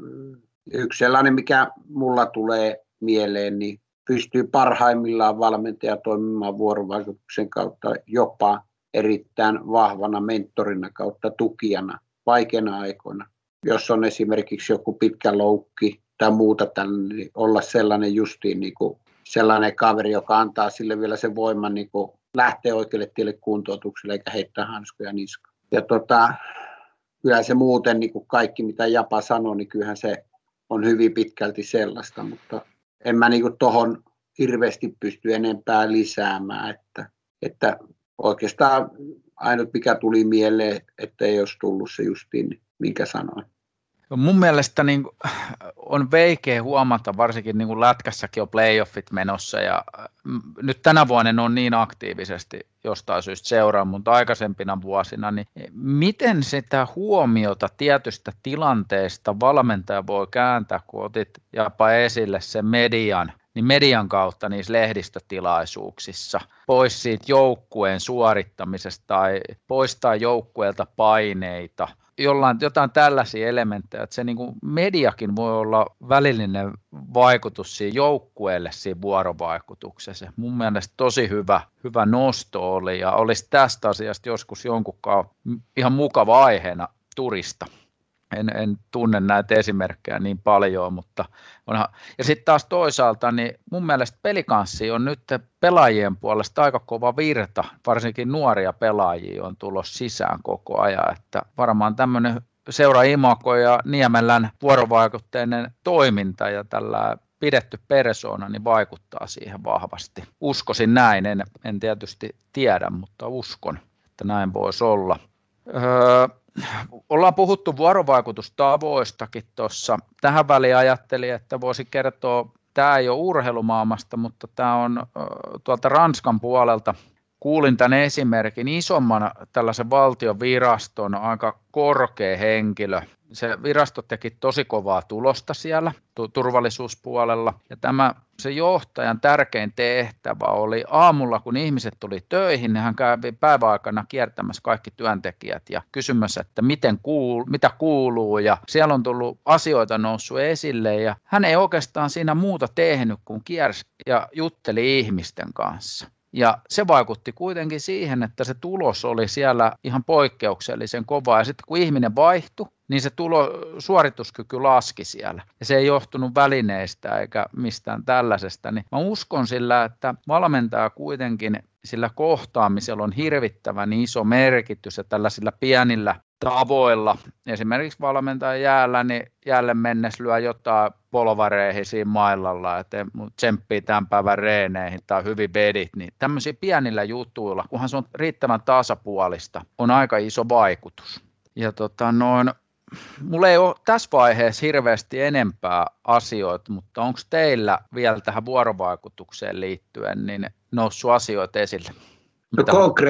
yksi sellainen, mikä mulla tulee mieleen, niin pystyy parhaimmillaan valmentaja toimimaan vuorovaikutuksen kautta jopa erittäin vahvana mentorina kautta tukijana vaikeina aikoina. Jos on esimerkiksi joku pitkä loukki tai muuta tällainen, niin olla sellainen justiin niin kuin sellainen kaveri, joka antaa sille vielä sen voiman niin kuin lähteä oikealle tielle kuntoutukselle eikä heittää hanskoja niskaan. Ja kyllä se muuten niin kuin kaikki, mitä Japa sanoi, niin kyllähän se on hyvin pitkälti sellaista, mutta en mä niin kuin tohon hirveästi pysty enempää lisäämään, että oikeastaan ainut mikä tuli mieleen, että ei olisi tullut se justiin, minkä sanoin. Mun mielestä niin on veikeä huomata, varsinkin niin kuin lätkässäkin on playoffit menossa ja nyt tänä vuonna on niin aktiivisesti jostain syystä seuraa, mutta aikaisempina vuosina, niin miten sitä huomiota tietystä tilanteesta valmentaja voi kääntää, kun otit Japa esille sen median kautta niissä lehdistötilaisuuksissa, pois siitä joukkueen suorittamisesta tai poistaa joukkueelta paineita, jotain tällaisia elementtejä, että se niin kuin mediakin voi olla välillinen vaikutus siinä joukkueelle siinä vuorovaikutuksessa. Mun mielestä tosi hyvä nosto oli ja olisi tästä asiasta joskus jonkunkaan ihan mukava aiheena turista. En tunne näitä esimerkkejä niin paljon, mutta onhan. Ja sitten taas toisaalta, niin mun mielestä Pelikanssi on nyt pelaajien puolesta aika kova virta, varsinkin nuoria pelaajia on tulossa sisään koko ajan, että varmaan tämmöinen seura-imako ja Niemelän vuorovaikutteinen toiminta ja tällä pidetty persoona niin vaikuttaa siihen vahvasti. Uskoisin näin, en tietysti tiedä, mutta uskon, että näin voisi olla. Ollaan puhuttu vuorovaikutustavoistakin tuossa. Tähän väliin ajattelin, että voisi kertoa, tämä ei ole urheilumaailmasta, mutta tämä on tuolta Ranskan puolelta. Kuulin tämän esimerkin isomman tällaisen valtion viraston, aika korkea henkilö. Se virasto teki tosi kovaa tulosta siellä turvallisuuspuolella ja se johtajan tärkein tehtävä oli aamulla, kun ihmiset tuli töihin, niin hän kävi päiväaikana kiertämässä kaikki työntekijät ja kysymässä, että mitä kuuluu ja siellä on tullut asioita noussut esille ja hän ei oikeastaan siinä muuta tehnyt kuin kiersi ja jutteli ihmisten kanssa. Ja se vaikutti kuitenkin siihen, että se tulos oli siellä ihan poikkeuksellisen kova ja sitten kun ihminen vaihtui, niin se suorituskyky laski siellä. Ja se ei johtunut välineistä eikä mistään tällaisesta. Niin mä uskon sillä, että valmentaja kuitenkin sillä kohtaamisella on hirvittävän iso merkitys ja tällaisilla pienillä tavoilla. Esimerkiksi valmentajan jäällä, niin jälleen mennessä lyö jotain polvareihin siinä mailalla, että tsemppii tämän päivän reeneihin tai hyvin vedit, niin tämmöisiä pienillä jutuilla, kunhan se on riittävän tasapuolista, on aika iso vaikutus. Ja mulla ei ole tässä vaiheessa hirveästi enempää asioita, mutta onko teillä vielä tähän vuorovaikutukseen liittyen niin noussut asioita esille? No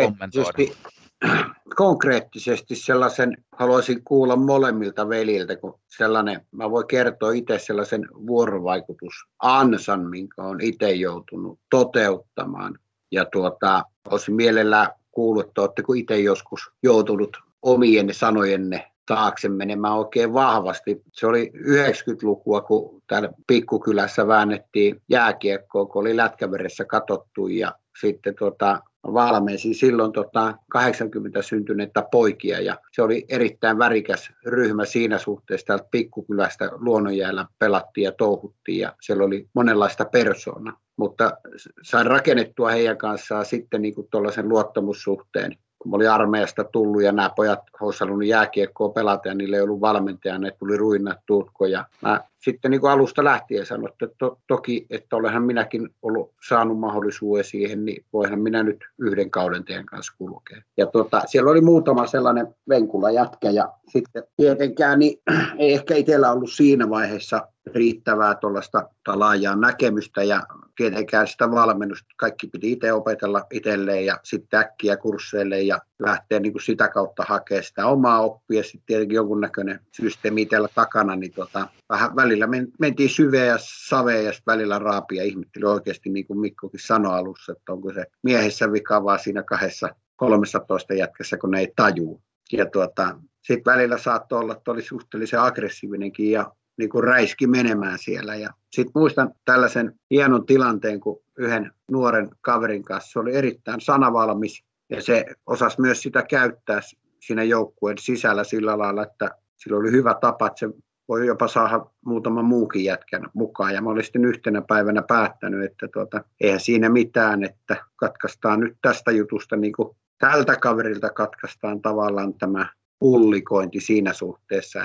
konkreettisesti sellaisen haluaisin kuulla molemmilta veljiltä, kun sellainen, mä voin kertoa itse sellaisen vuorovaikutusansan, minkä olen itse joutunut toteuttamaan. Ja olisin mielellään kuullut, että oletteko itse joskus joutunut omien sanojenne taakse menemään oikein vahvasti. Se oli 90-lukua, kun täällä pikkukylässä väännettiin jääkiekkoa, kun oli lätkäveressä katsottu ja sitten valmensin silloin 80 syntyneitä poikia ja se oli erittäin värikäs ryhmä siinä suhteessa. Täältä pikkukylästä Luonnonjäällä pelattiin ja touhuttiin ja siellä oli monenlaista persoonaa, mutta sain rakennettua heidän kanssaan sitten niin kuin tuollaisen luottamussuhteen. Kun mä olin armeijasta tullut ja nämä pojat olisivat halunneet jääkiekkoa pelata ja niillä ei ollut valmentajaa, ne tuli ruinattuutko. Ja mä sitten niin kuin alusta lähtien sanoin, että toki, että olenhan minäkin ollut saanut mahdollisuuden siihen, niin voihan minä nyt yhden kauden teidän kanssa kulkea. Ja siellä oli muutama sellainen venkula jätkä ja sitten tietenkään niin ei ehkä itsellä ollut siinä vaiheessa riittävää tuollaista laajaa näkemystä ja tietenkään sitä valmennusta. Kaikki piti itse opetella itselleen ja sitten äkkiä kursseille ja lähteä niin kuin sitä kautta hakemaan sitä omaa oppia. Sitten tietenkin jonkunnäköinen systeemi itsellä takana, niin vähän välillä mentiin syveen ja saveen ja välillä raapia. Ihmetteli oikeasti, niin kuin Mikkokin sanoi alussa, että onko se miehessä vika vaan siinä kahdessa 13 jätkässä, kun ne ei tajuu. Ja sitten välillä saattoi olla, että oli suhteellisen aggressiivinenkin ja niin kuin räiski menemään siellä. Ja sitten muistan tällaisen hienon tilanteen, kun yhden nuoren kaverin kanssa se oli erittäin sanavalmis ja se osasi myös sitä käyttää siinä joukkueen sisällä sillä lailla, että sillä oli hyvä tapa, että se voi jopa saada muutama muukin jätkän mukaan. Ja mä olin sitten yhtenä päivänä päättänyt, että eihän siinä mitään, että katkaistaan nyt tästä jutusta, niin kuin tältä kaverilta katkaistaan tavallaan tämä pullikointi siinä suhteessa,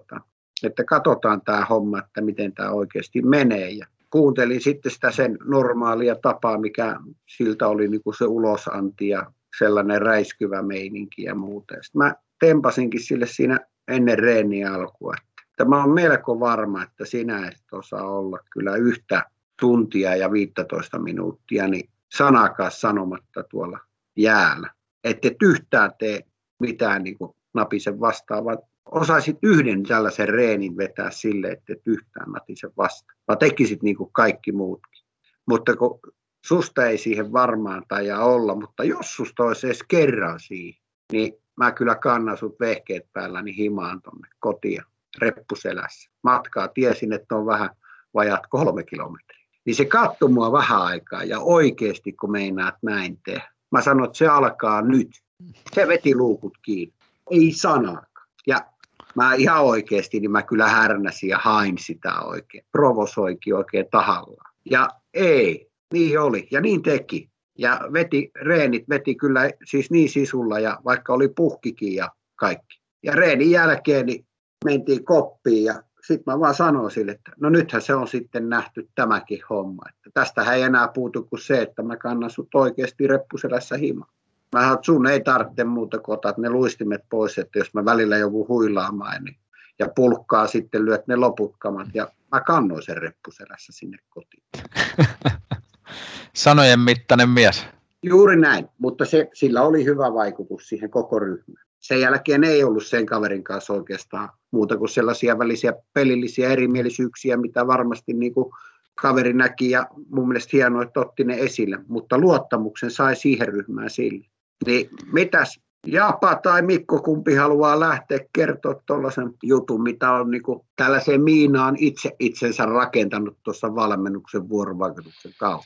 että katsotaan tämä homma, että miten tämä oikeasti menee. Ja kuuntelin sitten sitä sen normaalia tapaa, mikä siltä oli niin kuin se ulosanti ja sellainen räiskyvä meininki ja muuta. Sitten mä tempasinkin sille siinä ennen reeniä alkua, että mä oon melko varma, että sinä et osaa olla kyllä yhtä tuntia ja 15 minuuttia niin sanakaan sanomatta tuolla jäällä. Että et yhtään tee mitään niin kuin napisen vastaan, vaan osaisit yhden tällaisen reenin vetää sille, että et yhtään natise vastaan. Vaan tekisit niin kuin kaikki muutkin. Mutta kun susta ei siihen varmaan taida olla, mutta jos susta olisi edes kerran siihen, niin mä kyllä kannan sut vehkeet päälläni himaan tonne kotiin reppuselässä. Matkaa tiesin, että on vähän vajaat 3 kilometriä. Niin se katsoi mua vähän aikaa ja oikeasti kun meinaat näin tehdä. Mä sanoin, että se alkaa nyt. Se veti luukut kiinni. Ei sanaakaan. Ja mä ihan oikeasti, niin mä kyllä härnäsin ja hain sitä oikein. Provosoikin oikein tahallaan. Ja ei, niin oli. Ja niin teki. Ja reenit veti kyllä siis niin sisulla ja vaikka oli puhkikin ja kaikki. Ja reenin jälkeen niin mentiin koppiin ja sitten mä vaan sanoin sille, että no nythän se on sitten nähty tämäkin homma. Että tästähän ei enää puutu kuin se, että mä kannan sut oikeasti reppuselässä himaan. Mä sanoin, että sun ei tarvitse muuta kuin otat ne luistimet pois, että jos mä välillä joku huilaamaan niin, ja pulkkaa sitten lyöt ne loput kamat ja mä kannoin sen reppuselässä sinne kotiin. Sanojen mittainen mies. Juuri näin, mutta sillä oli hyvä vaikutus siihen koko ryhmään. Sen jälkeen ei ollut sen kaverin kanssa oikeastaan muuta kuin sellaisia välisiä pelillisiä erimielisyyksiä, mitä varmasti niin kuin kaveri näki ja mun mielestä hienoa, että otti ne esille, mutta luottamuksen sai siihen ryhmään sille. Niin mitäs Japa tai Mikko, kumpi haluaa lähteä kertoa tuollaisen jutun, mitä on niin kuin tällaiseen miinaan itsensä rakentanut tuossa valmennuksen vuorovaikutuksen kautta?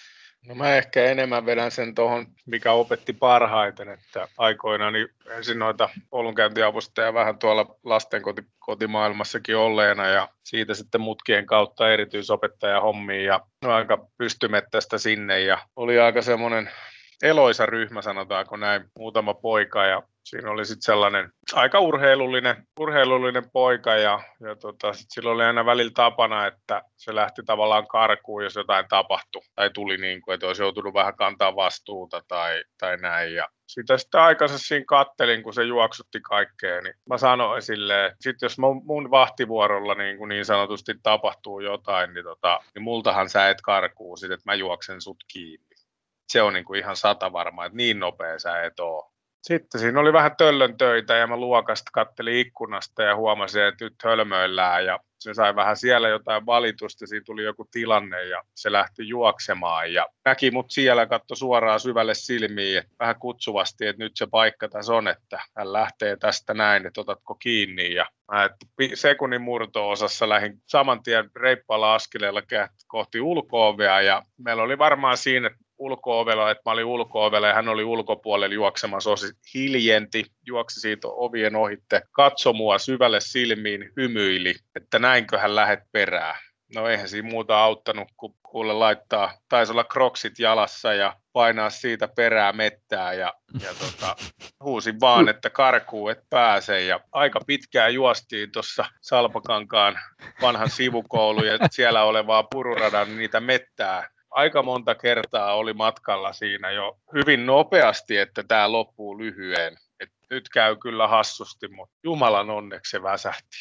No mä ehkä enemmän vedän sen tuohon, mikä opetti parhaiten, että aikoinaan niin ensin noita koulunkäyntiavustajia vähän tuolla lasten kotimaailmassakin olleena ja siitä sitten mutkien kautta erityisopettaja hommiin ja aika pystymettästä sinne ja oli aika semmoinen eloisa ryhmä, sanotaanko näin, muutama poika ja siinä oli sitten sellainen aika urheilullinen poika ja sit silloin oli aina välillä tapana, että se lähti tavallaan karkuun, jos jotain tapahtui tai tuli niin kuin, että olisi joutunut vähän kantaa vastuuta tai näin. Ja sitä sitten aikansa siinä kattelin, kun se juoksutti kaikkea, niin mä sanoin silleen, että sit jos mun vahtivuorolla niin sanotusti tapahtuu jotain, niin multahan sä et karkuu sit, että mä juoksen sut kiinni. Se on niin kuin ihan satavarma, että niin nopea sä et oo. Sitten siinä oli vähän töllön töitä ja mä luokasta kattelin ikkunasta ja huomasin, että nyt hölmöillään ja se sai vähän siellä jotain valitusta, siinä tuli joku tilanne ja se lähti juoksemaan ja näki mut siellä, katsoi suoraan syvälle silmiin, että vähän kutsuvasti, että nyt se paikka tässä on, että hän lähtee tästä näin, että otatko kiinni ja mä sekunnin murto-osassa lähdin saman tien reippaalla askeleella kohti ulko-ovea ja meillä oli varmaan siinä ulko-ovella, että mä olin ulko-ovella ja hän oli ulkopuolella juoksemassa, hiljenti, juoksi siitä ovien ohitte, katsoi mua syvälle silmiin, hymyili, että näinköhän lähet perään. No eihän siinä muuta auttanut, kun kuule laittaa, taisi olla kroksit jalassa ja painaa siitä perää mettää ja huusin vaan, että karkuu, et pääse ja aika pitkään juostiin tuossa Salpakankaan vanhan sivukoulun ja siellä olevaa pururadan niitä mettää. Aika monta kertaa oli matkalla siinä jo hyvin nopeasti, että tämä loppuu lyhyen. Et nyt käy kyllä hassusti, mutta Jumalan onneksi se väsähti.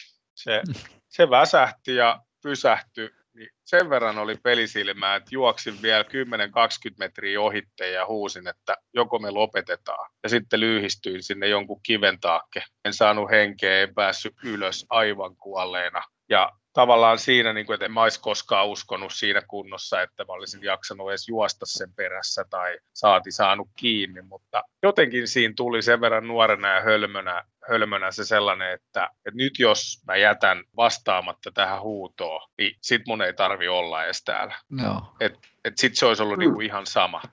Se väsähti ja pysähtyi. Niin sen verran oli pelisilmää, että juoksin vielä 10-20 metriä ohitte ja huusin, että joko me lopetetaan. Ja sitten lyhistyin sinne jonkun kiven taakke. En saanut henkeä, en päässyt ylös aivan kuolleena. Ja tavallaan siinä, niin kuin, että en mä olisi koskaan uskonut siinä kunnossa, että mä olisin jaksanut edes juosta sen perässä tai saanut kiinni, mutta jotenkin siinä tuli sen verran nuorena ja hölmönä se sellainen, että nyt jos mä jätän vastaamatta tähän huutoon, niin sit mun ei tarvi olla edes täällä. No. Et sit se olisi ollut niinku ihan sama.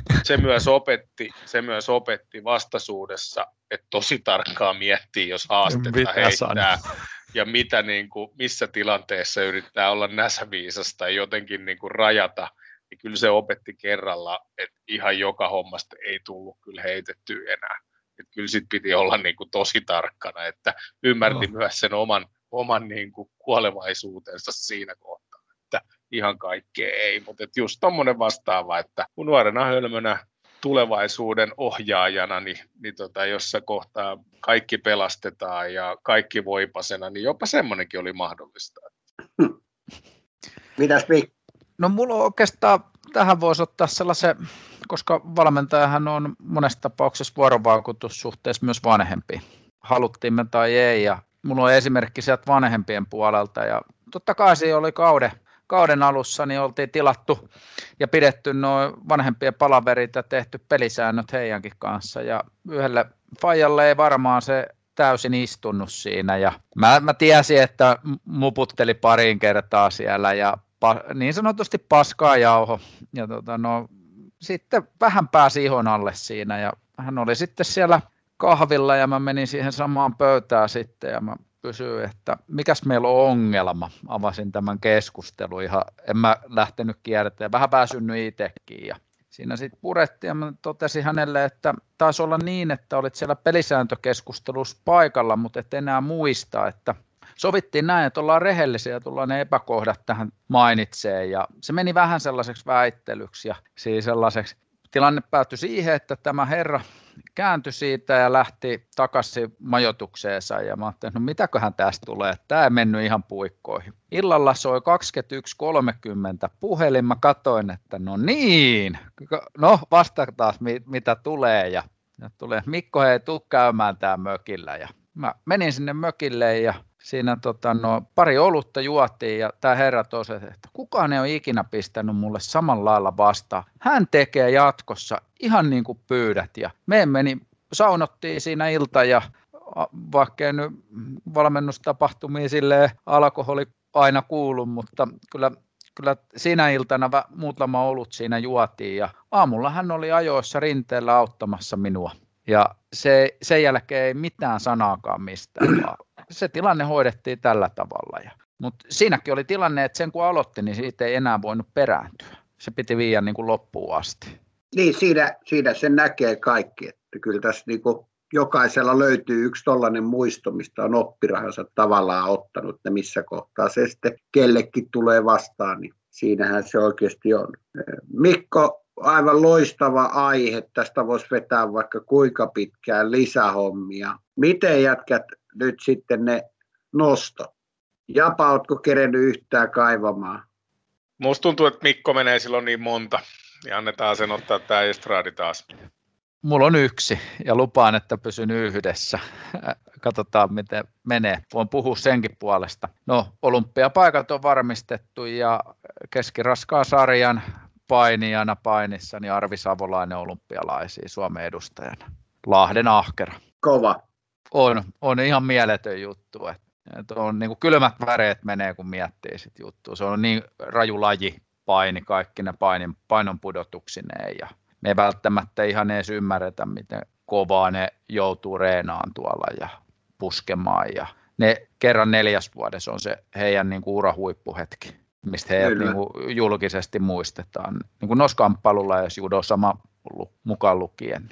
Se myös opetti vastaisuudessa, että tosi tarkkaan miettii, jos haastetta heittää. Ja missä tilanteessa yrittää olla näsäviisas tai jotenkin niin kuin rajata, niin kyllä se opetti kerralla, että ihan joka hommasta ei tullut kyllä heitettyä enää. Että kyllä sit piti olla niin kuin tosi tarkkana, että ymmärti myös sen oman niin kuin kuolevaisuutensa siinä kohtaa, että ihan kaikkea ei. Mutta just tommoinen vastaava, että kun nuorena hölmönä tulevaisuuden ohjaajana, niin jossa kohtaa kaikki pelastetaan ja kaikki voipasena, niin jopa semmoinenkin oli mahdollista. Mitäs Mikko? No mulla on oikeastaan, tähän voisi ottaa sellaisen, koska valmentajahan on monessa tapauksessa vuorovaikutussuhteessa myös vanhempi. Haluttiin me tai ei, ja mulla on esimerkki sieltä vanhempien puolelta, ja totta kai siinä oli kauden alussa niin oltiin tilattu ja pidetty nuo vanhempien palaverit ja tehty pelisäännöt heidänkin kanssa. Ja yhdelle faijalle ei varmaan se täysin istunut siinä. Ja mä tiesin, että muputteli pariin kertaa siellä ja niin sanotusti paskaa jauho. Ja sitten vähän pääsi ihon alle siinä ja hän oli sitten siellä kahvilla ja mä menin siihen samaan pöytään sitten ja mä kysyin, että mikäs meillä on ongelma. Avasin tämän keskustelun ihan, en mä lähtenyt kiertämään, vähän väsynyt itsekin. Ja siinä sitten purettiin ja mä totesin hänelle, että taisi olla niin, että olit siellä pelisääntökeskustelussa paikalla, mutta et enää muista, että sovittiin näin, että ollaan rehellisiä ja tullaan ne epäkohdat tähän mainitseen. Ja se meni vähän sellaiseksi väittelyksi ja siis sellaiseksi. Tilanne päättyi siihen, että tämä herra kääntyi siitä ja lähti takaisin majoitukseensa ja mä ajattelin, no mitäköhän tästä tulee, tämä ei mennyt ihan puikkoihin. Illalla soi 21.30 puhelin, mä katsoin, että no niin, no vastataan mitä tulee ja tulee, Mikko ei tule käymään tää mökillä ja mä menin sinne mökille ja siinä pari olutta juotiin ja tämä herra tosiaan, että kukaan ei ole ikinä pistänyt mulle samalla lailla vastaan. Hän tekee jatkossa ihan niin kuin pyydät ja me saunottiin siinä ilta ja vaikka ei nyt valmennustapahtumia silleen alkoholi aina kuulu, mutta kyllä siinä iltana muutama olut siinä juotiin ja aamulla hän oli ajoissa rinteellä auttamassa minua. Ja sen jälkeen ei mitään sanaakaan mistään, vaan se tilanne hoidettiin tällä tavalla. Mutta siinäkin oli tilanne, että sen kun aloitti, niin siitä ei enää voinut perääntyä. Se piti viedä niin kuin loppuun asti. Niin, siinä sen näkee kaikki. Että kyllä tässä niin kuin jokaisella löytyy yksi tollainen muisto, mistä on oppirahansa tavallaan ottanut, ja missä kohtaa se sitten kellekin tulee vastaan, niin siinähän se oikeasti on. Mikko, aivan loistava aihe. Tästä voisi vetää vaikka kuinka pitkään lisähommia. Miten jätkät nyt sitten ne nosto? Japa, ootko kerennyt yhtään kaivamaan? Musta tuntuu, että Mikko menee silloin niin monta. Ja annetaan sen ottaa tämä estraadi taas. Mulla on yksi ja lupaan, että pysyn yhdessä. Katsotaan, miten menee. Voin puhua senkin puolesta. No, olympiapaikat on varmistettu ja keskiraskaan sarjan painijana painissa, niin Arvi Savolainen olympialaisia Suomen edustajana. Lahden ahkera. Kova. On ihan mieletön juttu. Että on niin kuin kylmät väreet menee, kun miettii sit juttua. Se on niin raju laji paini, kaikki ne painon pudotuksineen. Ja me ei välttämättä ihan edes ymmärretä, miten kovaa ne joutuu reenaan tuolla ja puskemaan. Ja ne kerran 4 vuodessa on se heidän niin kuin urahuippuhetki, mistä heidät niin kuin julkisesti muistetaan. Niin kuin noskamppalulla ja judo sama mukaan lukien.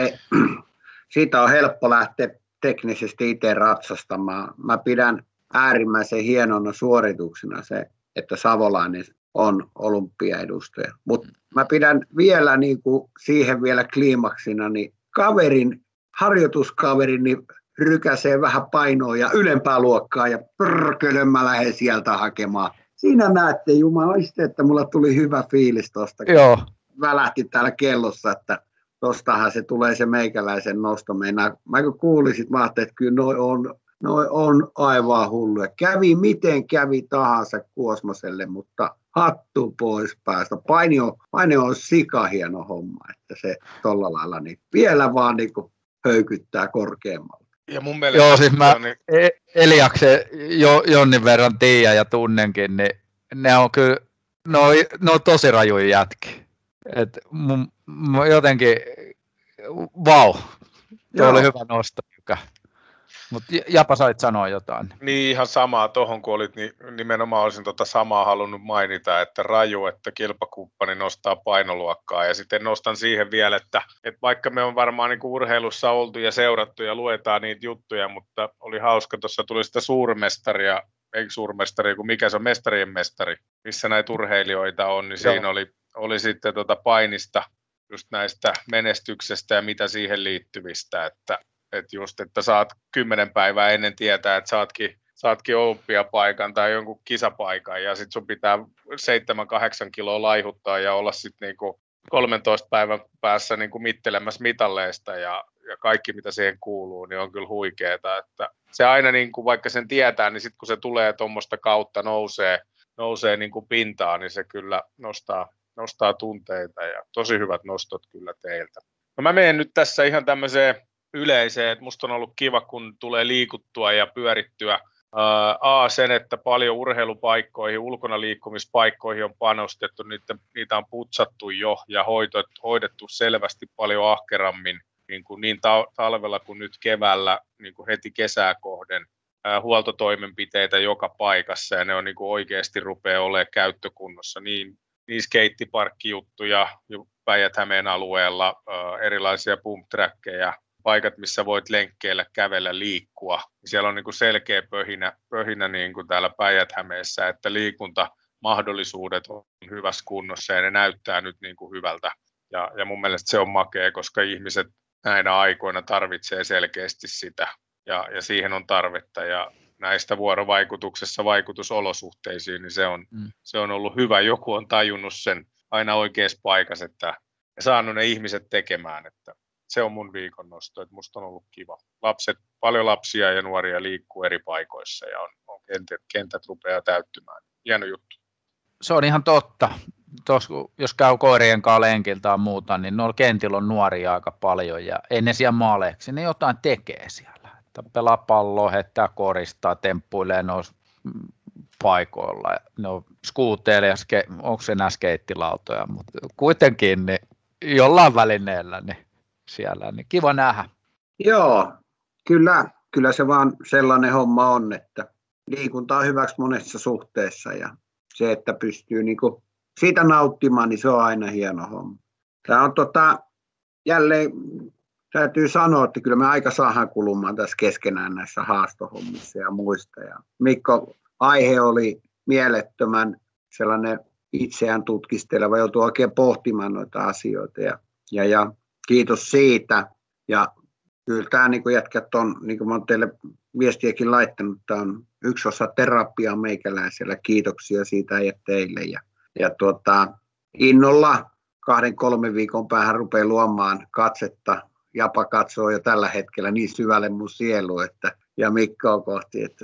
Siitä on helppo lähteä teknisesti itse ratsastamaan. Mä pidän äärimmäisen hienona suorituksena se, että Savolainen on olympiaedustaja. Mutta mä pidän vielä niin kuin siihen vielä kliimaksina, niin harjoituskaverin niin rykäsee vähän painoa ja ylempää luokkaa ja pörkölön mä lähden sieltä hakemaan. Siinä näette jumaliste, että mulla tuli hyvä fiilis tuosta. Joo. Välähti täällä kellossa, että tostahan se tulee se meikäläisen nosto. Mä kun kuulisit, mä ajattelin, että kyllä noi on on aivan hulluja. Kävi miten kävi tahansa Kuosmaselle, mutta hattu pois päästä. Paini on sikahieno homma, että se tolla lailla niin vielä vaan niin kuin höykyttää korkeammalle. Ja mun mielestä joo, siis mä Eliaksen jonnin verran tiedän ja tunnenkin, niin ne on kyllä, ne on tosi rajuja jätkiä. Et jotenkin, vau, tuo oli hyvä nosto. Mutta Japa, sait sanoa jotain. Niin, ihan samaa tuohon, kun olit, niin nimenomaan olisin samaa halunnut mainita, että raju, että kilpakumppani nostaa painoluokkaa. Ja sitten nostan siihen vielä, että vaikka me on varmaan niin kuin urheilussa oltu ja seurattu ja luetaan niitä juttuja, mutta oli hauska, tuossa tuli sitä suurmestaria, eikö suurmestari, kun mikä se on, mestarien mestari, missä näitä urheilijoita on, niin siinä oli sitten painista just näistä menestyksestä ja mitä siihen liittyvistä, että just, että saat 10 päivää ennen tietää, että saatkin olympiapaikan tai jonkun kisapaikan ja sitten sun pitää 7-8 kiloa laihuttaa ja olla sitten niinku 13 päivän päässä niinku mittelemässä mitalleista ja kaikki mitä siihen kuuluu, niin on kyllä huikeeta, että se aina niinku, vaikka sen tietää, niin sitten kun se tulee tuommoista kautta nousee niinku pintaan, niin se kyllä nostaa tunteita ja tosi hyvät nostot kyllä teiltä. No mä menen nyt tässä ihan tämmöiseen yleiseen, että musta on ollut kiva, kun tulee liikuttua ja pyörittyä. Sen, että paljon urheilupaikkoihin, ulkona liikkumispaikkoihin on panostettu, niitä on putsattu jo ja hoidettu selvästi paljon ahkerammin niin talvella kuin nyt keväällä niin kuin heti kesää kohden. Huoltotoimenpiteitä joka paikassa ja ne on niin kuin oikeasti rupeaa olemaan käyttökunnossa niin skeittiparkkijuttuja Päijät-Hämeen alueella, erilaisia pump-trackeja, paikat, missä voit lenkkeillä, kävellä, liikkua. Siellä on niin kuin selkeä pöhinä niin kuin täällä Päijät-Hämeessä, että liikuntamahdollisuudet on hyvässä kunnossa ja ne näyttää nyt niin kuin hyvältä. Ja mun mielestä se on makea, koska ihmiset näinä aikoina tarvitsee selkeästi sitä ja siihen on tarvetta. Ja näistä vuorovaikutuksessa vaikutusolosuhteisiin, niin se on ollut hyvä. Joku on tajunnut sen aina oikeassa paikassa, että saanut ne ihmiset tekemään, että se on mun viikon nosto, että musta on ollut kiva. Paljon lapsia ja nuoria liikkuu eri paikoissa ja on kentät rupeaa täyttymään. Hieno juttu. Se on ihan totta. Jos käy koirien kanssa lenkiltä tai muuta, niin noilla kentillä on nuoria aika paljon ja ennen siellä maaleeksi ne jotain tekee siellä. Että pelaa palloa, heittää koristaa, temppuilee noissa paikoilla. Ne on skuuteilla ja onko se enää skeittilautoja, mutta kuitenkin niin jollain välineellä niin siellä, niin kiva nähdä. Joo, kyllä se vaan sellainen homma on, että liikunta on hyväksi monessa suhteessa ja se, että pystyy niinku siitä nauttimaan, niin se on aina hieno homma. Tämä on jälleen täytyy sanoa, että kyllä me aika saadaan kulumaan tässä keskenään näissä haastohommissa ja muista. Ja Mikko, aihe oli mielettömän sellainen itseään tutkisteleva, joutuu oikein pohtimaan noita asioita ja kiitos siitä. Ja kyllä tämä niin kuin jätkät on, niin kuin mä olen teille viestiäkin laittanut, tämä on yksi osa terapiaa meikäläisellä. Kiitoksia siitä ja teille. Ja innolla 2-3 viikon päähän rupeaa luomaan katsetta. Japa katsoo jo tällä hetkellä niin syvälle mun sielu, ja Mikkoa kohti, että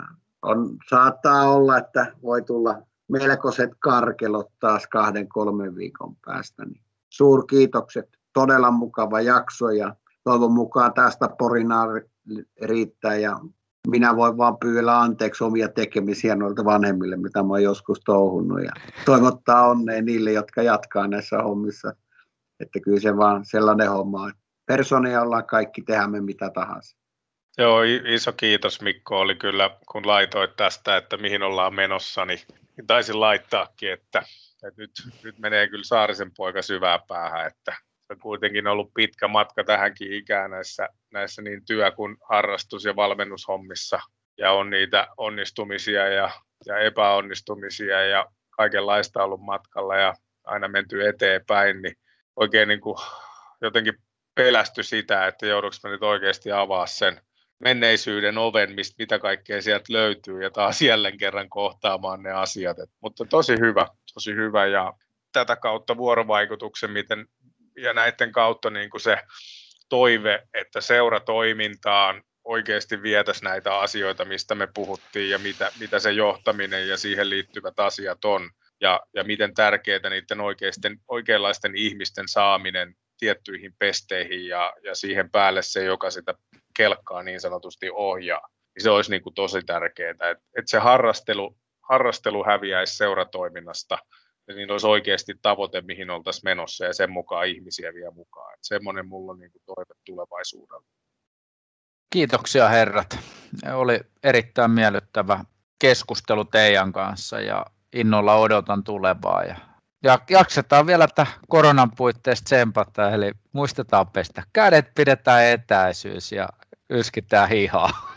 saattaa olla, että voi tulla melkoiset karkelot taas 2-3 viikon päästä. Niin suurkiitokset, todella mukava jakso ja toivon mukaan tästä porinaa riittää ja minä voin vaan pyydellä anteeksi omia tekemisiä noilta vanhemmille, mitä mä oon joskus touhunnut ja toivottaa onnea niille, jotka jatkaa näissä hommissa, että kyllä se vaan sellainen homma, että persoonia ollaan kaikki, tehdään me mitä tahansa. Joo, iso kiitos Mikko oli kyllä, kun laitoit tästä, että mihin ollaan menossa, niin taisin laittaakin, että nyt menee kyllä Saarisen poika syvään päähän, että se on kuitenkin ollut pitkä matka tähänkin ikään näissä niin työ- kuin harrastus- ja valmennushommissa, ja on niitä onnistumisia ja epäonnistumisia ja kaikenlaista ollut matkalla ja aina menty eteenpäin, niin oikein niin kuin jotenkin pelästy sitä, että joudunko mä nyt oikeasti avaa sen menneisyyden oven, mitä kaikkea sieltä löytyy ja taas jälleen kerran kohtaamaan ne asiat. Mutta tosi hyvä ja tätä kautta vuorovaikutuksen ja näiden kautta niin kuin se toive, että seuratoimintaan oikeasti vietäisiin näitä asioita, mistä me puhuttiin ja mitä se johtaminen ja siihen liittyvät asiat on ja miten tärkeää niiden oikeanlaisten ihmisten saaminen tiettyihin pesteihin ja siihen päälle se, joka sitä kelkkaa niin sanotusti ohjaa. Niin se olisi niin kuin tosi tärkeää, että se harrastelu häviäisi seuratoiminnasta ja niin olisi oikeasti tavoite, mihin oltaisiin menossa ja sen mukaan ihmisiä vielä mukaan. Että semmoinen mulla on niin kuin toive tulevaisuudella. Kiitoksia herrat. Oli erittäin miellyttävä keskustelu teidän kanssa ja innolla odotan tulevaa. Ja jaksetaan vielä että koronan puitteissa tsempata, eli muistetaan pestä kädet, pidetään etäisyys ja yskitään hihaa.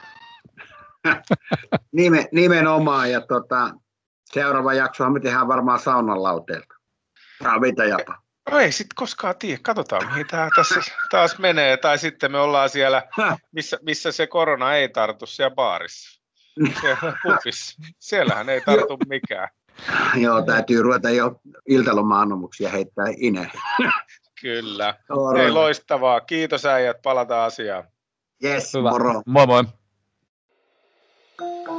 Nimenomaan, ja seuraava jaksohan me tehdään varmaan saunan lauteelta. Mitä japa? No ei sitten koskaan tiedä, katsotaan mihin tämä tässä taas menee, tai sitten me ollaan siellä, missä se korona ei tartu, siellä baarissa, siellä pubissa, siellähän ei tartu mikään. Joo, täytyy ruveta jo iltaloma-anomuksia heittää ineen. Kyllä, ei loistavaa, kiitos äijät, palataan asiaan. Yes, moro. Moi moi.